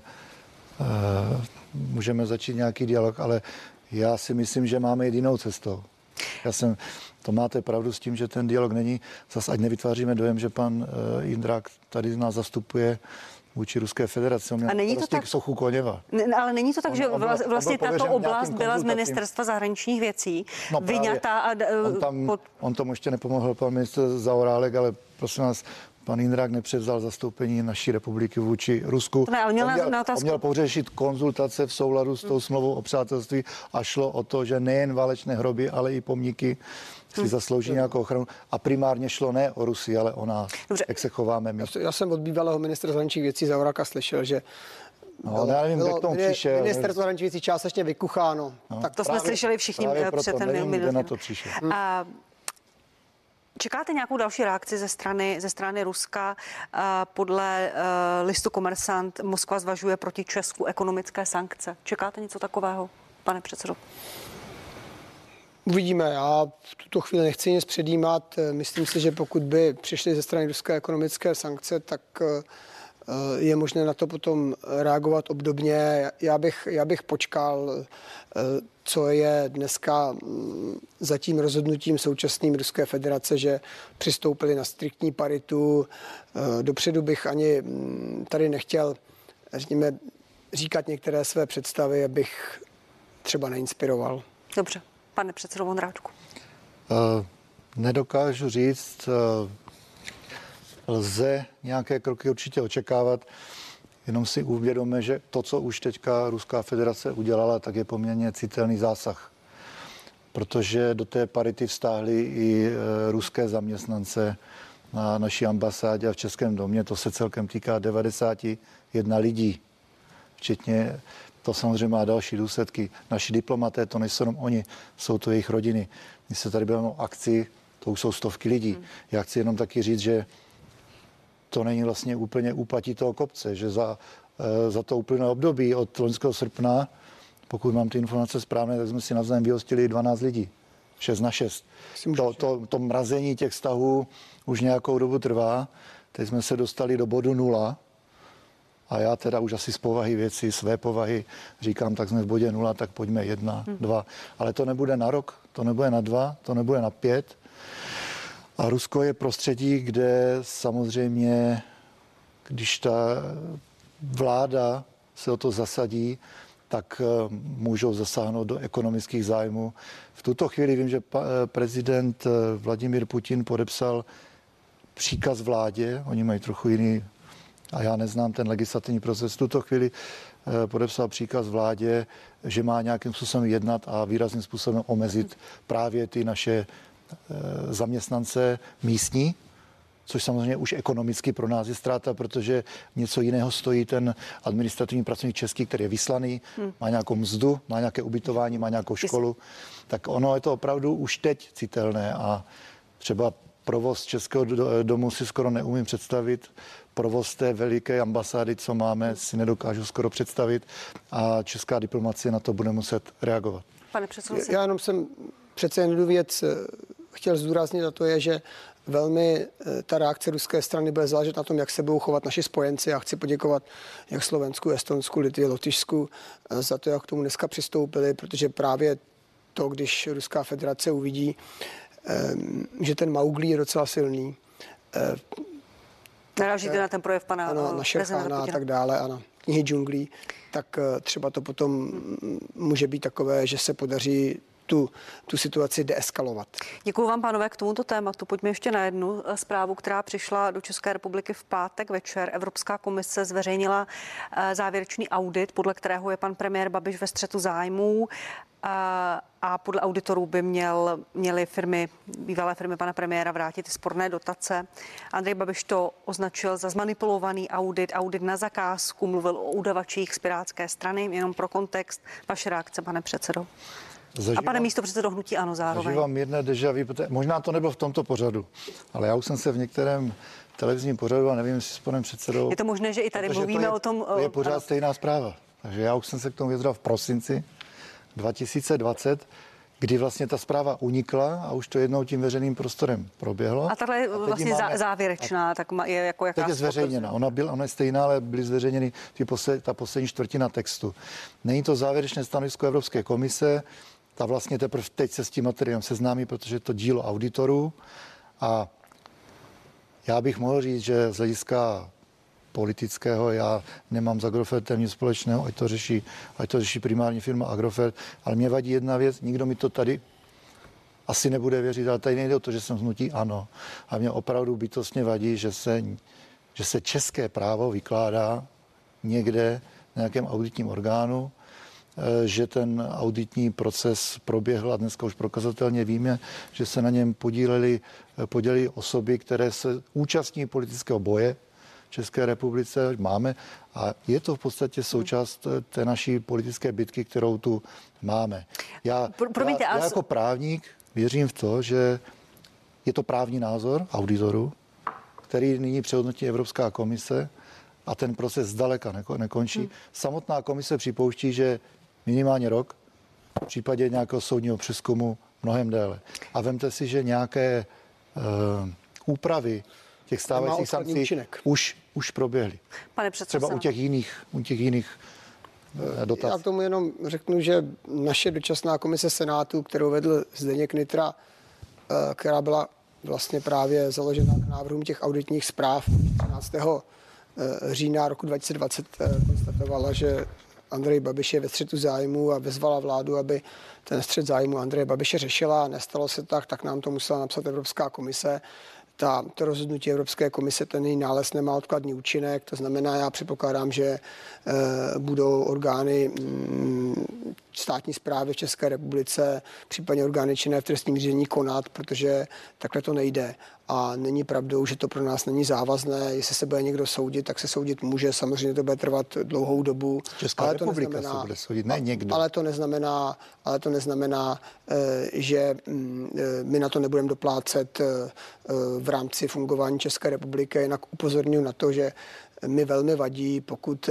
můžeme začít nějaký dialog, ale já si myslím, že máme jít jinou cestou. Já jsem, to máte pravdu s tím, že ten dialog není, zase ať nevytváříme dojem, že pan Jindrák tady nás zastupuje vůči Ruské federaci. On měl a není to tak, sochu Koněva. Ne, ale není to tak, on, že on byl, vlastně on tato oblast byla z ministerstva zahraničních věcí no vyňatá a on, tam, pod... on tomu ještě nepomohl pan ministr Zaorálek, ale prosím nás, pan Jindrák nepřevzal zastoupení naší republiky vůči Rusku. Ne, ale měl on, měl, na on měl pořešit konzultace v souladu s tou smlouvou o přátelství a šlo o to, že nejen válečné hroby, ale i pomníky si zaslouží hmm. nějakou ochranu. A primárně šlo ne o Rusy, ale o nás, Dobře. jak se chováme my. Já jsem od bývalého ministra zahraničních věcí Zaorálka slyšel, že No, bylo, já nevím, bylo, k tomu přišel. Ministerstvo zahraničních věcí částečně vykucháno. No, tak to právě, jsme slyšeli všichni před ten minut. Na to přišel. A čekáte nějakou další reakci ze strany, ze strany Ruska? Podle uh, listu Komersant Moskva zvažuje proti Česku ekonomické sankce. Čekáte něco takového, pane předsedo? Uvidíme. Já v tuto chvíli nechci nic předjímat. Myslím si, že pokud by přišly ze strany ruské ekonomické sankce, tak je možné na to potom reagovat obdobně. Já bych, já bych počkal, co je dneska za tím rozhodnutím současným Ruské federace, že přistoupili na striktní paritu. Dopředu bych ani tady nechtěl, řekněme, říkat některé své představy, abych třeba neinspiroval. Dobře. Pane předsedo Vondráčku. Uh, nedokážu říct, uh, lze nějaké kroky určitě očekávat, jenom si uvědomíme, že to, co už teďka Ruská federace udělala, tak je poměrně citelný zásah. Protože do té parity vztáhli i uh, ruské zaměstnance na naší ambasádě a v Českém domě. To se celkem týká devadesát jedna lidí, včetně. To samozřejmě má další důsledky. Naši diplomaté, to nejsou jenom oni, jsou to jejich rodiny. Když se tady bylo akci, to už jsou stovky lidí. Hmm. Já chci jenom taky říct, že to není vlastně úplně úplatí toho kopce, že za, za to úplné období od loňského srpna, pokud mám ty informace správné, tak jsme si navzájem vyhostili dvanáct lidí. šest na šest. To, to, to mrazení těch vztahů už nějakou dobu trvá. Teď jsme se dostali do bodu nula. A já teda už asi z povahy věci, své povahy říkám, tak jsme v bodě nula, tak pojďme jedna, hmm. dva. Ale to nebude na rok, to nebude na dva, to nebude na pět. A Rusko je prostředí, kde samozřejmě, když ta vláda se o to zasadí, tak můžou zasáhnout do ekonomických zájmů. V tuto chvíli vím, že prezident Vladimír Putin podepsal příkaz vládě, oni mají trochu jiný, a já neznám ten legislativní proces, v tuto chvíli podepsal příkaz vládě, že má nějakým způsobem jednat a výrazným způsobem omezit právě ty naše zaměstnance místní, což samozřejmě už ekonomicky pro nás je ztráta, protože něco jiného stojí ten administrativní pracovník český, který je vyslaný, hmm. má nějakou mzdu, má nějaké ubytování, má nějakou školu, tak ono je to opravdu už teď citelné a třeba provoz Českého domu si skoro neumím představit, provoz té veliké ambasády, co máme, si nedokážu skoro představit a česká diplomacie na to bude muset reagovat. Pane předsedo, Já jenom jsem přece jednu věc chtěl zdůraznit, a to je, že velmi ta reakce ruské strany bude záležet na tom, jak se budou chovat naši spojenci. Já chci poděkovat jak Slovensku, Estonsku, Litvě, Lotyšsku za to, jak k tomu dneska přistoupili, protože právě to, když Ruská federace uvidí, že ten Mauglí je docela silný. Narážíte na ten projev pana ano, na Šerchána a tak dále, ano, knihy džunglí, tak třeba to potom může být takové, že se podaří tu, tu situaci deeskalovat. Děkuji vám, pánové, k tomuto tématu. Pojďme ještě na jednu zprávu, která přišla do České republiky v pátek večer. Evropská komise zveřejnila závěrečný audit, podle kterého je pan premiér Babiš ve střetu zájmů. A podle auditorů by měl, měly firmy, bývalé firmy pana premiéra vrátit sporné dotace. Andrej Babiš to označil za zmanipulovaný audit, audit na zakázku, mluvil o udavačích z Pirátské strany, jenom pro kontext. Vaše reakce, pane předsedo. Zažívám, a pane místopředsedo hnutí ANO zároveň. Zažívám mírné déjà vu, možná to nebylo v tomto pořadu, ale já už jsem se v některém televizním pořadu a nevím, jestli s panem předsedou. Je to možné, že i tady mluvíme je, o tom... To je pořád ano. stejná zpráva. Takže já už jsem se k tomu vyjadřoval v prosinci dva tisíce dvacet, kdy vlastně ta zpráva unikla a už to jednou tím veřejným prostorem proběhlo. A tahle je vlastně máme, závěrečná, a tak je jako jaká... Teď je zveřejněna. Ona, byl, ona je stejná, ale byly zveřejněny ty posled, ta poslední čtvrtina textu. Není to závěrečné stanovisko Evropské komise, ta vlastně teprve teď se s tím materiálem seznámí, protože je to dílo auditorů a já bych mohl říct, že z hlediska politického, já nemám s Agrofertem nic společného, ať to řeší, ať to řeší primární firma Agrofert, ale mě vadí jedna věc, nikdo mi to tady asi nebude věřit, ale tady nejde o to, že jsem hnutí ano. A mě opravdu bytostně vadí, že se, že se české právo vykládá někde na nějakém auditním orgánu, že ten auditní proces proběhl a dneska už prokazatelně víme, že se na něm podíleli, podíleli osoby, které se účastní politického boje v České republice, máme a je to v podstatě součást té naší politické bitky, kterou tu máme. Já, Promiňte, já, já jako právník věřím v to, že je to právní názor auditoru, který nyní přehodnotí Evropská komise a ten proces zdaleka nekončí. Hmm. Samotná komise připouští, že minimálně rok, v případě nějakého soudního přezkumu mnohem déle. A vemte si, že nějaké uh, úpravy těch stávajících sankcí už, už proběhly. Pane předsedo, třeba u těch jiných, u těch jiných uh, dotazů. Já k tomu jenom řeknu, že naše dočasná komise Senátu, kterou vedl Zdeněk Nytra, uh, která byla vlastně právě založena k návrhům těch auditních zpráv třináctého října roku dva tisíce dvacet, konstatovala, že Andrej Babiš je ve střetu zájmu a vyzvala vládu, aby ten střet zájmu Andreje Babiše řešila. Nestalo se tak, tak nám to musela napsat Evropská komise. Ta, to rozhodnutí Evropské komise, ten její nález nemá odkladný účinek, to znamená, já předpokládám, že e, budou orgány m, státní správy v České republice, případně orgány činné v trestním řízení konat, protože takhle to nejde. A není pravdou, že to pro nás není závazné. Jestli se bude někdo soudit, tak se soudit může. Samozřejmě to bude trvat dlouhou dobu. Česká ale republika to neznamená, se bude soudit, ne někdo. Ale to neznamená, ale to neznamená, že my na to nebudeme doplácet v rámci fungování České republiky. Jinak upozorňuji na to, že mi velmi vadí, pokud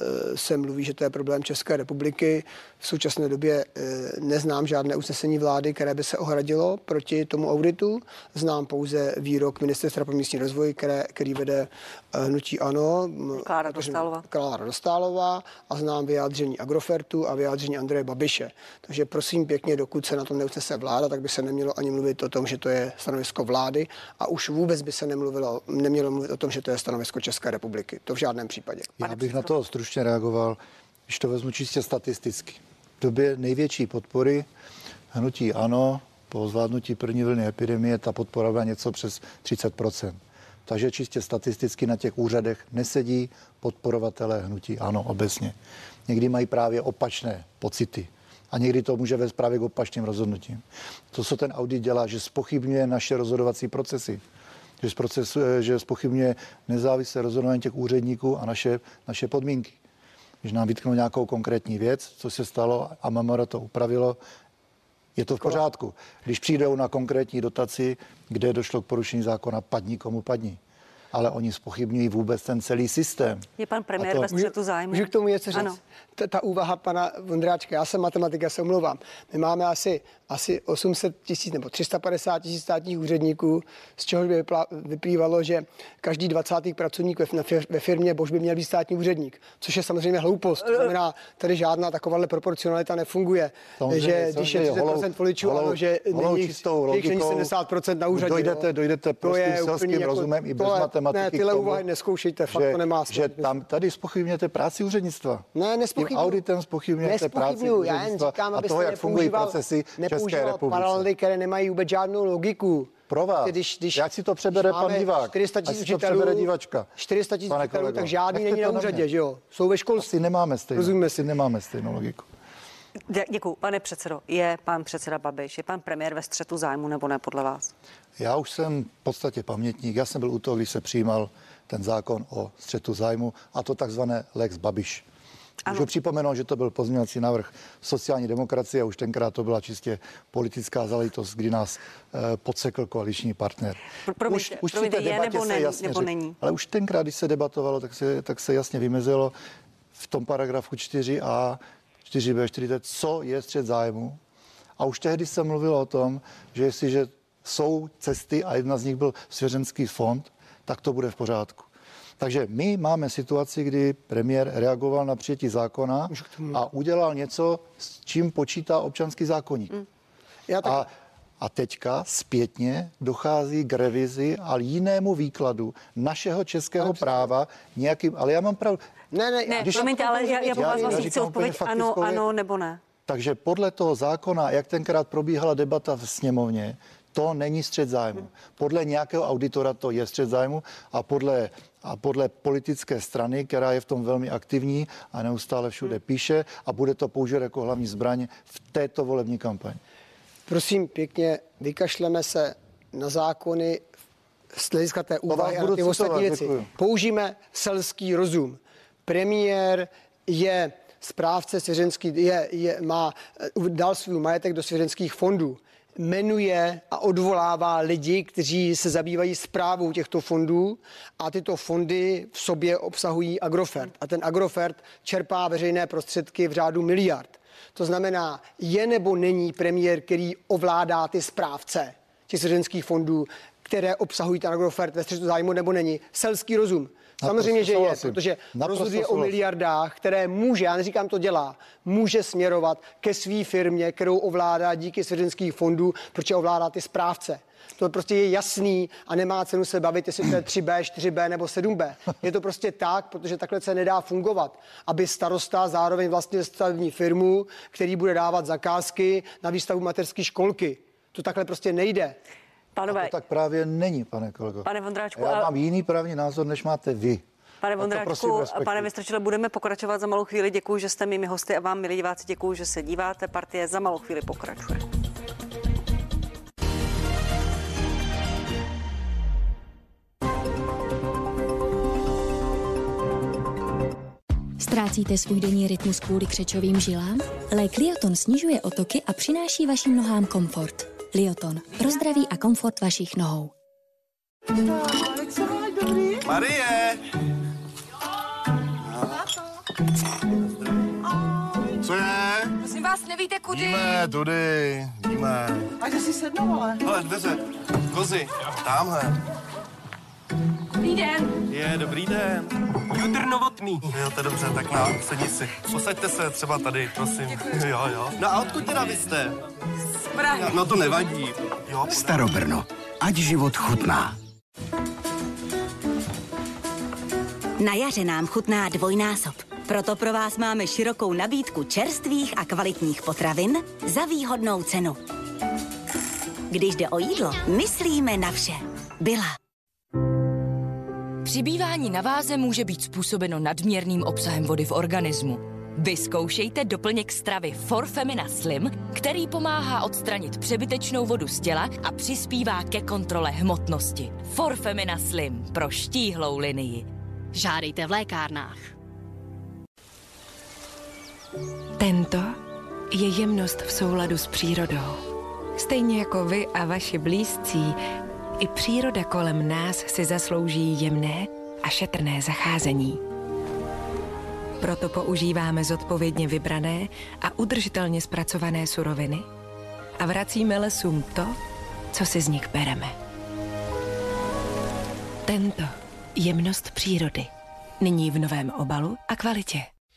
se mluví, že to je problém České republiky. V současné době neznám žádné usnesení vlády, které by se ohradilo proti tomu auditu. Znám pouze výrok Ministerstva pro místní rozvoj, které, který vede hnutí ANO. Klára Dostálová. Klára Dostálová a znám vyjádření Agrofertu a vyjádření Andreje Babiše. Takže prosím pěkně, dokud se na tom neusnese vláda, tak by se nemělo ani mluvit o tom, že to je stanovisko vlády a už vůbec by se nemluvilo, nemělo mluvit o tom, že to je stanovisko České republiky. To v žádném případě. Já bych na to stručně reagoval, když to vezmu čistě statisticky. V době největší podpory hnutí ANO po zvládnutí první vlny epidemie ta podpora byla něco přes třicet procent. Takže čistě statisticky na těch úřadech nesedí podporovatelé hnutí ANO obecně. Někdy mají právě opačné pocity. A někdy to může vést právě k opačným rozhodnutím. To, co ten audit dělá, že zpochybňuje naše rozhodovací procesy. Že, z procesu, že zpochybňuje nezávislé rozhodování těch úředníků a naše, naše podmínky. Když nám vytknou nějakou konkrétní věc, co se stalo a M M R to upravilo, je to v pořádku. Když přijdou na konkrétní dotaci, kde došlo k porušení zákona, padni komu padni. Ale oni zpochybňují vůbec ten celý systém. Je pan premiér to... ve střetu zájmu? Můžu k tomu něco říct? Ta, ta úvaha pana Vondráčka, já jsem matematik, já se omlouvám. My máme asi, asi osm set tisíc nebo tři sta padesát tisíc státních úředníků, z čehož by vyplývalo, že každý dvacátý pracovník ve, ve firmě Bož by měl být státní úředník, což je samozřejmě hloupost. To znamená, tady žádná takováhle proporcionalita nefunguje. Samozřejmě, že když je třicet procent voličů, holou, ano, že není sedmdesát procent na úřadě. Dojdete, dojdete prostým selským jako, rozumem i bez matematiky. Ne, tyhle úvahy neskoušejte, fakt že, to nemá smysl. Že tam tady zpochybňujete práci úřednictva. Ne, nespochybňuji. Tím auditem zpochybňujete práci úřednictva a toho, jak fungují procesy v České republice. Paralely, které nemají vůbec žádnou logiku. Pro vás. Když, když, jak si to přebere pan divák? čtyři sta tisíc učitelů, diváčka. čtyři sta tisíc učitelů, tak žádný není na úřadě, že jo? Jsou ve školství. Asi nemáme stejnou, Rozumíme si nemáme stejnou logiku. Děkuji. Pane předsedo, je pan předseda Babiš, je pan premiér ve střetu zájmu nebo ne podle vás? Já už jsem v podstatě pamětník. Já jsem byl u toho, když se přijímal ten zákon o střetu zájmu a to takzvané Lex Babiš. Můžu připomenout, že to byl pozměňovací návrh sociální demokracie a už tenkrát to byla čistě politická záležitost, kdy nás eh, podsekl koaliční partner. Promiňte, už, už promiňte, je nebo, není, nebo řek, není? Ale už tenkrát, když se debatovalo, tak se, tak se jasně vymezilo v tom paragrafu čtyři a, čtyři bé, čtyři té, co je střet zájmu. A už tehdy se mluvilo o tom, že jestliže jsou cesty a jedna z nich byl svěřenský fond, tak to bude v pořádku. Takže my máme situaci, kdy premiér reagoval na přijetí zákona a udělal něco, s čím počítá občanský zákoník. Mm. Já tak... a, a teďka zpětně dochází k revizi a jinému výkladu našeho českého ale práva nějakým, ale já mám pravdu. Ne, ne, ne když promiňte, ale já, já po vás vlastně chci odpověď ano, ano nebo ne. Takže podle toho zákona, jak tenkrát probíhala debata v sněmovně, to není střet zájmu. Podle nějakého auditora to je střet zájmu a podle, a podle politické strany, která je v tom velmi aktivní a neustále všude píše a bude to použít jako hlavní zbraň v této volební kampani. Prosím pěkně, vykašleme se na zákony z hlediska té úvahy a ty ostatní věci. Děkuju. Použijeme selský rozum. Premiér je správce svěřenský, je, je, má, dal svůj majetek do svěřenských fondů. Jmenuje a odvolává lidi, kteří se zabývají správou těchto fondů a tyto fondy v sobě obsahují Agrofert. A ten Agrofert čerpá veřejné prostředky v řádu miliard. To znamená, je nebo není premiér, který ovládá ty správce těch svěřenských fondů, které obsahují ten Agrofert ve střetu zájmu, nebo není. Selský rozum. Samozřejmě, že je, protože rozhoduje o miliardách, které může, já neříkám to dělá, může směrovat ke své firmě, kterou ovládá díky svěřenských fondů, protože ovládá ty správce. To prostě je jasný a nemá cenu se bavit, jestli to je tři bé, čtyři bé nebo sedm bé. Je to prostě tak, protože takhle se nedá fungovat, aby starosta zároveň vlastně stavební firmu, který bude dávat zakázky na výstavu mateřské školky. To takhle prostě nejde. Pánové, a to tak právě není, pane kolego. Pane Vondráčku, já a... mám jiný právní názor, než máte vy. Pane Vondráčku, pane Vystrčile, budeme pokračovat za malou chvíli. Děkuji, že jste mými hosty a vám, milí diváci, děkuji, že se díváte. Partie za malou chvíli pokračuje. Ztrácíte svůj denní rytmus kvůli křečovým žilám? Lék Lioton snižuje otoky a přináší vašim nohám komfort. Lioton pro zdraví a komfort vašich nohou. Marie! Co je? Prosím vás, nevíte kudy? Víme, tudy, víme. A že si sednou, ale. Hele, dveře, kozy, tamhle. Dobrý den. Je, dobrý den. Judr Novotný. Jo, to je dobře, tak na, sedni si. Posaďte se třeba tady, prosím. Děkuji. Jo, jo. No a odkud teda vy jste? Z Prahy. No to nevadí. Jo, Starobrno, ať život chutná. Na jaře nám chutná dvojnásob. Proto pro vás máme širokou nabídku čerstvých a kvalitních potravin za výhodnou cenu. Když jde o jídlo, myslíme na vše. Byla. Přibývání na váze může být způsobeno nadměrným obsahem vody v organismu. Vyzkoušejte doplněk stravy Forfemina Slim, který pomáhá odstranit přebytečnou vodu z těla a přispívá ke kontrole hmotnosti. Forfemina Slim pro štíhlou linii. Žádejte v lékárnách. Tento je jemnost v souladu s přírodou. Stejně jako vy a vaši blízcí, i příroda kolem nás si zaslouží jemné a šetrné zacházení. Proto používáme zodpovědně vybrané a udržitelně zpracované suroviny a vracíme lesům to, co si z nich bereme. Tento jemnost přírody. Nyní v novém obalu a kvalitě.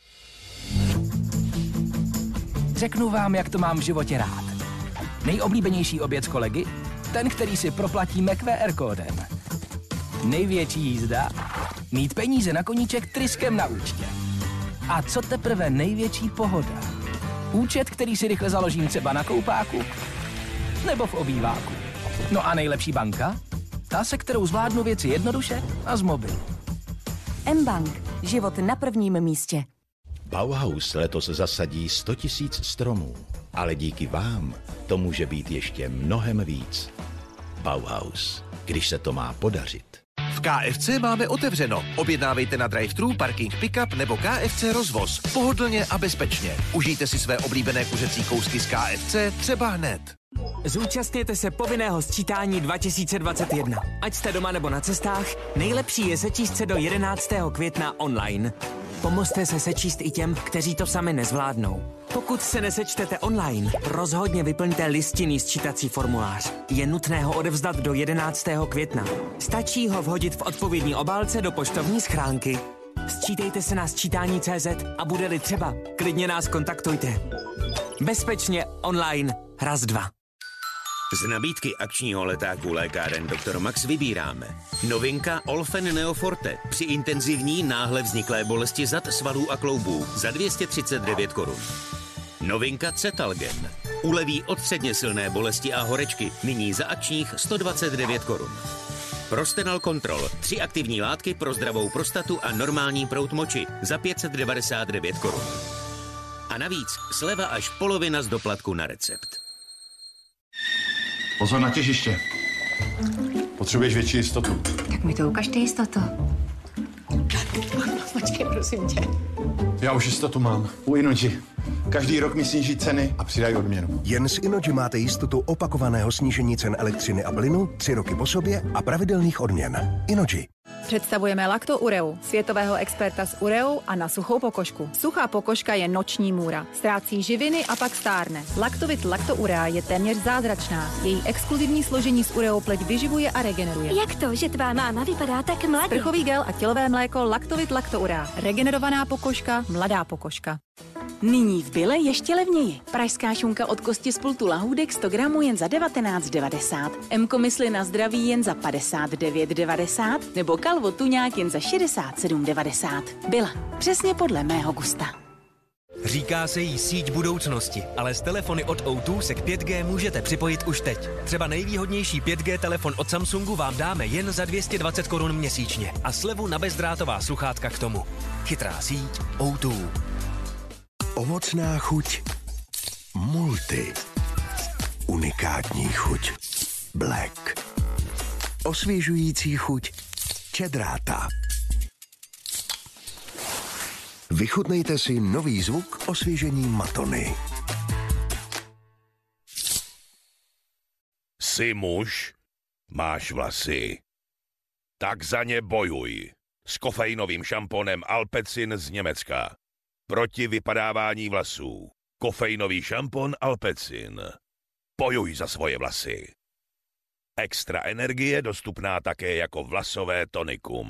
Řeknu vám, jak to mám v životě rád. Nejoblíbenější oběd kolegy? Ten, který si proplatíme Q R kódem. Největší jízda? Mít peníze na koníček tryskem na účtě. A co teprve největší pohoda? Účet, který si rychle založím třeba na koupáku nebo v obýváku. No a nejlepší banka? Ta, se kterou zvládnu věci jednoduše a z mobilu. M-Bank. Život na prvním místě. Bauhaus letos zasadí sto tisíc stromů, ale díky vám to může být ještě mnohem víc. Bauhaus, když se to má podařit. V K F C máme otevřeno. Objednávejte na drive-thru, parking pickup nebo K F C rozvoz. Pohodlně a bezpečně. Užijte si své oblíbené kuřecí kousky z K F C třeba hned. Zúčastněte se povinného sčítání dva tisíce dvacet jedna. Ať jste doma nebo na cestách, nejlepší je sečíst se do jedenáctého května online. Pomozte se sečíst i těm, kteří to sami nezvládnou. Pokud se nesečtete online, rozhodně vyplňte listinný sčítací formulář. Je nutné ho odevzdat do jedenáctého května. Stačí ho vhodit v odpovědní obálce do poštovní schránky. Sčítejte se na sčítání tečka cé zet a bude-li třeba, klidně nás kontaktujte. Bezpečně online raz dva. Z nabídky akčního letáku lékáren doktor Max vybíráme. Novinka Olfen Neoforte při intenzivní náhle vzniklé bolesti zad, svalů a kloubů za dvě stě třicet devět korun. Novinka Cetalgen uleví od středně silné bolesti a horečky, nyní za akčních sto dvacet devět korun. Prostenal Control, tři aktivní látky pro zdravou prostatu a normální proud moči za pět set devadesát devět korun. A navíc sleva až polovina z doplatku na recept. Pozor na těžiště. Potřebuješ větší jistotu. Tak mi to ukažte jistotu. Počkej, prosím tě. Já už jistotu mám. U Inoji. Každý rok mi sníží ceny a přidají odměnu. Jen s Inoji máte jistotu opakovaného snížení cen elektřiny a plynu, tři roky po sobě a pravidelných odměn. Inoji. Představujeme Lacto Ureu, světového experta s ureou a na suchou pokožku. Suchá pokožka je noční můra. Ztrácí živiny a pak stárne. Lactovit Lacto Urea je téměř zázračná. Její exkluzivní složení s ureou pleť vyživuje a regeneruje. Jak to, že tvá máma vypadá tak mladě? Sprchový gel a tělové mléko Lactovit Lacto Urea. Regenerovaná pokožka, mladá pokožka. Nyní v Bile ještě levněji. Pražská šunka od kosti z pultu lahůdek sto gramů jen za devatenáct devadesát. Mko mysli na zdraví jen za padesát devět devadesát. Nebo kalvo tuňák jen za šedesát sedm devadesát. Bile. Přesně podle mého gusta. Říká se jí síť budoucnosti, ale s telefony od O dva se k pět G můžete připojit už teď. Třeba nejvýhodnější pět G telefon od Samsungu vám dáme jen za dvě stě dvacet korun měsíčně a slevu na bezdrátová sluchátka k tomu. Chytrá síť O dva. Ovocná chuť Multi. Unikátní chuť Black. Osvěžující chuť Čedráta. Vychutnejte si nový zvuk osvěžení Matony. Jsi muž? Máš vlasy? Tak za ně bojuj. S kofeinovým šamponem Alpecin z Německa. Proti vypadávání vlasů. Kofeinový šampon Alpecin. Bojuj za svoje vlasy. Extra energie dostupná také jako vlasové tonikum.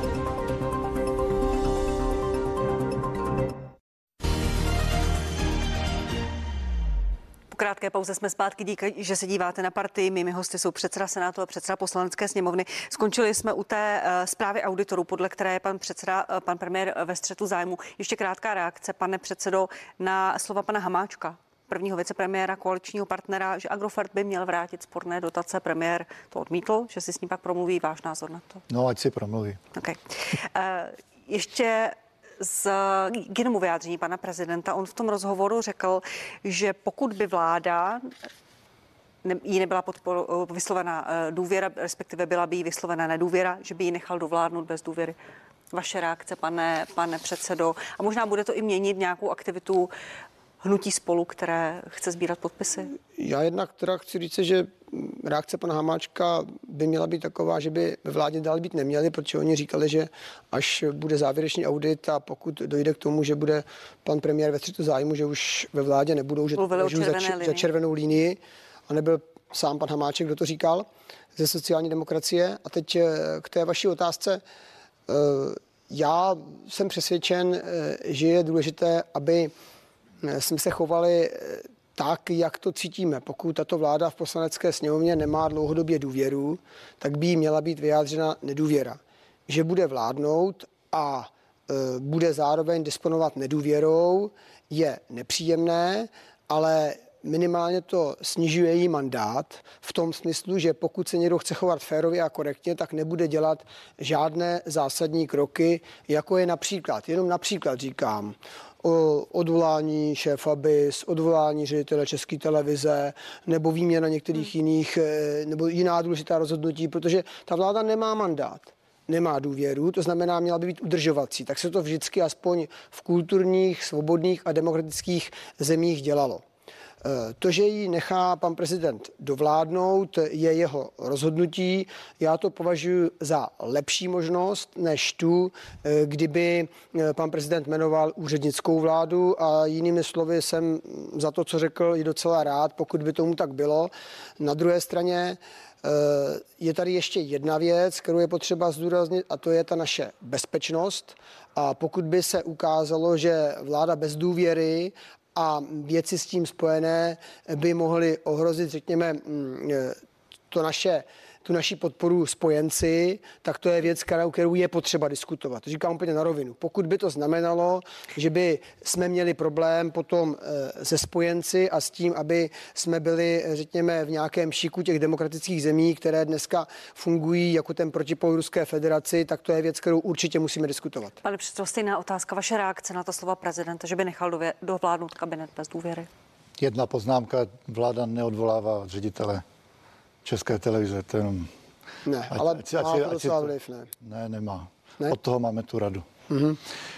Po krátké pauze jsme zpátky, díky, že se díváte na Partii. Mými hosty jsou předseda Senátu a předseda Poslanecké sněmovny. Skončili jsme u té uh, zprávy auditorů, podle které je pan předseda, uh, pan premiér ve střetu zájmu. Ještě krátká reakce, pane předsedo, na slova pana Hamáčka, prvního vicepremiéra, koaličního partnera, že Agrofert by měl vrátit sporné dotace. Premiér to odmítl, že si s ním pak promluví. Váš názor na to? No, ať si promluví. Okay. Uh, ještě z k jednomu vyjádření pana prezidenta. On v tom rozhovoru řekl, že pokud by vláda ne, jí nebyla podpor, vyslovena důvěra, respektive byla by jí vyslovena nedůvěra, že by ji nechal dovládnout bez důvěry. Vaše reakce, pane, pane předsedo. A možná bude to i měnit nějakou aktivitu hnutí Spolu, které chce sbírat podpisy? Já jednak teda chci říct, že reakce pana Hamáčka by měla být taková, že by ve vládě dál být neměli, protože oni říkali, že až bude závěrečný audit a pokud dojde k tomu, že bude pan premiér ve střetu zájmu, že už ve vládě nebudou, že to považují za, za červenou linii, a nebyl sám pan Hamáček, kdo to říkal, ze sociální demokracie. A teď k té vaší otázce. Já jsem přesvědčen, že je důležité, aby jsme se chovali tak, jak to cítíme. Pokud tato vláda v Poslanecké sněmovně nemá dlouhodobě důvěru, tak by jí měla být vyjádřena nedůvěra. Že bude vládnout a e, bude zároveň disponovat nedůvěrou, je nepříjemné, ale minimálně to snižuje její mandát v tom smyslu, že pokud se někdo chce chovat férově a korektně, tak nebude dělat žádné zásadní kroky, jako je například, jenom například říkám, o odvolání šéfa B I S, odvolání ředitele České televize nebo výměna některých jiných, nebo jiná důležitá rozhodnutí, protože ta vláda nemá mandát. nemá důvěru, to znamená, měla by být udržovací. Tak se to vždycky aspoň v kulturních, svobodných a demokratických zemích dělalo. To, že ji nechá pan prezident dovládnout, je jeho rozhodnutí. Já to považuji za lepší možnost, než tu, kdyby pan prezident jmenoval úřednickou vládu, a jinými slovy jsem za to, co řekl, i docela rád, pokud by tomu tak bylo. Na druhé straně je tady ještě jedna věc, kterou je potřeba zdůraznit, a to je ta naše bezpečnost. A pokud by se ukázalo, že vláda bez důvěry a věci s tím spojené by mohly ohrozit, řekněme, to naše, tu naši podporu spojenci, tak to je věc, kterou je potřeba diskutovat. To říkám úplně na rovinu. Pokud by to znamenalo, že by jsme měli problém potom se spojenci a s tím, aby jsme byli, řekněme, v nějakém šiku těch demokratických zemí, které dneska fungují jako ten protipol Ruské federaci, tak to je věc, kterou určitě musíme diskutovat. Pane předsedo, stejná otázka. Vaše reakce na ta slova prezidenta, že by nechal dově- dovládnout kabinet bez důvěry? Jedna poznámka, vláda neodvolává ředitele České televize, to jenom... Ne, ať, ale ať, má ať, to docela vliv, ne? Ne, nemá. Ne? Od toho máme tu radu. Mm-hmm.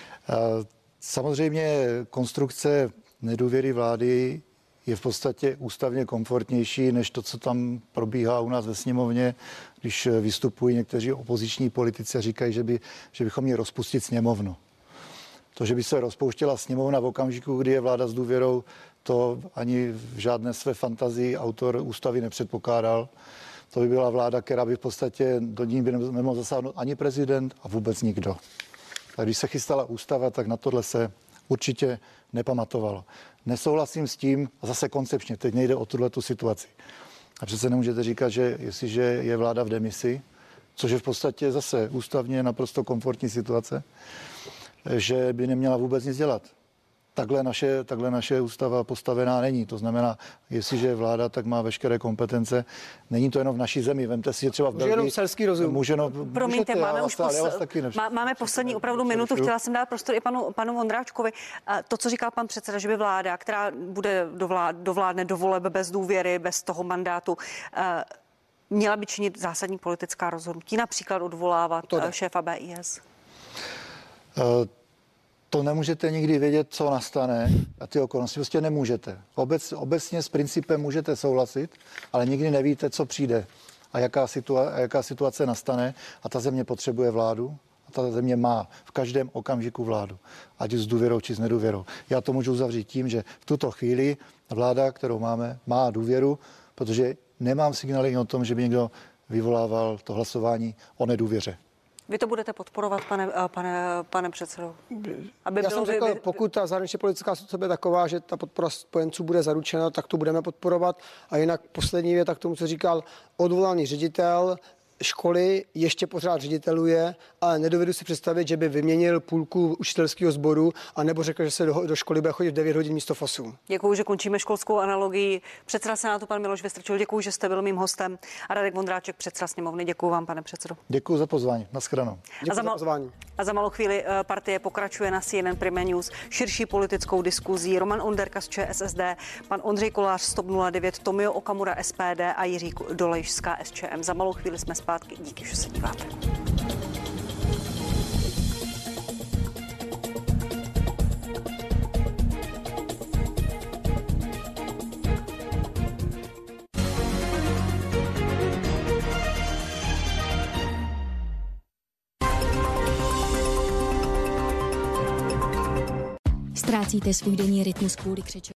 Samozřejmě konstrukce nedůvěry vlády je v podstatě ústavně komfortnější než to, co tam probíhá u nás ve sněmovně, když vystupují někteří opoziční politici a říkají, že, by, že bychom měli rozpustit sněmovnu. To, že by se rozpouštěla sněmovna v okamžiku, kdy je vláda s důvěrou, to ani v žádné své fantazii autor ústavy nepředpokládal. To by byla vláda, která by v podstatě do ní by nemohl zasáhnout ani prezident a vůbec nikdo. Tak když se chystala ústava, tak na tohle se určitě nepamatovalo. Nesouhlasím s tím, a zase koncepčně, teď nejde o tuhletu situaci. A přece nemůžete říkat, že jestliže je vláda v demisi, což je v podstatě zase ústavně naprosto komfortní situace, že by neměla vůbec nic dělat. Takhle naše, takhle naše ústava postavená není. To znamená, jestliže je vláda, tak má veškeré kompetence. Není to jenom v naší zemi. Vemte si, že třeba v Belgii... Může jenom selský rozum. Může, no, Promiňte, můžete, máme už posl... má, máme poslední opravdu minutu. Chtěla jsem dát prostor i panu, panu Vondráčkovi. To, co říkal pan předseda, že by vláda, která bude dovlád, dovládne do voleb bez důvěry, bez toho mandátu, měla by činit zásadní politická rozhodnutí, například odvolávat šéfa B I S. Uh, To nemůžete nikdy vědět, co nastane a ty okolnosti prostě nemůžete. Obec, obecně s principem můžete souhlasit, ale nikdy nevíte, co přijde a jaká, situa- a jaká situace nastane, a ta země potřebuje vládu a ta země má v každém okamžiku vládu, ať s důvěrou či s nedůvěrou. Já to můžu uzavřít tím, že v tuto chvíli vláda, kterou máme, má důvěru, protože nemám signály o tom, že by někdo vyvolával to hlasování o nedůvěře. Vy to budete podporovat, pane, pane, pane předsedo? Aby Já jsem řekl, vy... pokud ta zahraniční politická situace bude taková, že ta podpora spojenců bude zaručena, tak to budeme podporovat. A jinak poslední věta k tomu, co říkal odvolaný ředitel školy, ještě pořád řediteluje, ale nedovedu si představit, že by vyměnil půlku učitelského sboru, anebo řekl, že se do, do školy bude chodit v devět hodin místo v osm. Děkuji, že končíme školskou analogii. Předseda Senátu pan Miloš Vystrčil, děkuji, že jste byl mým hostem. A Radek Vondráček, předseda sněmovny, děkuji vám, pane předsedo. Děkuji za pozvání. Naschledanou. Děkuji za, mal- za pozvání. A za malou chvíli partie pokračuje na C N N Prime News širší politickou diskuzí. Roman Onderka z ČSSD, pan Ondřej Kolář z TOP nula devět, Tomio Okamura S P D a Jiří Dolejš z K S Č M. Za malou chvíli jsme zpátky. Díky, že se díváte. Ztrácíte svůj denní rytmus kvůli křečování.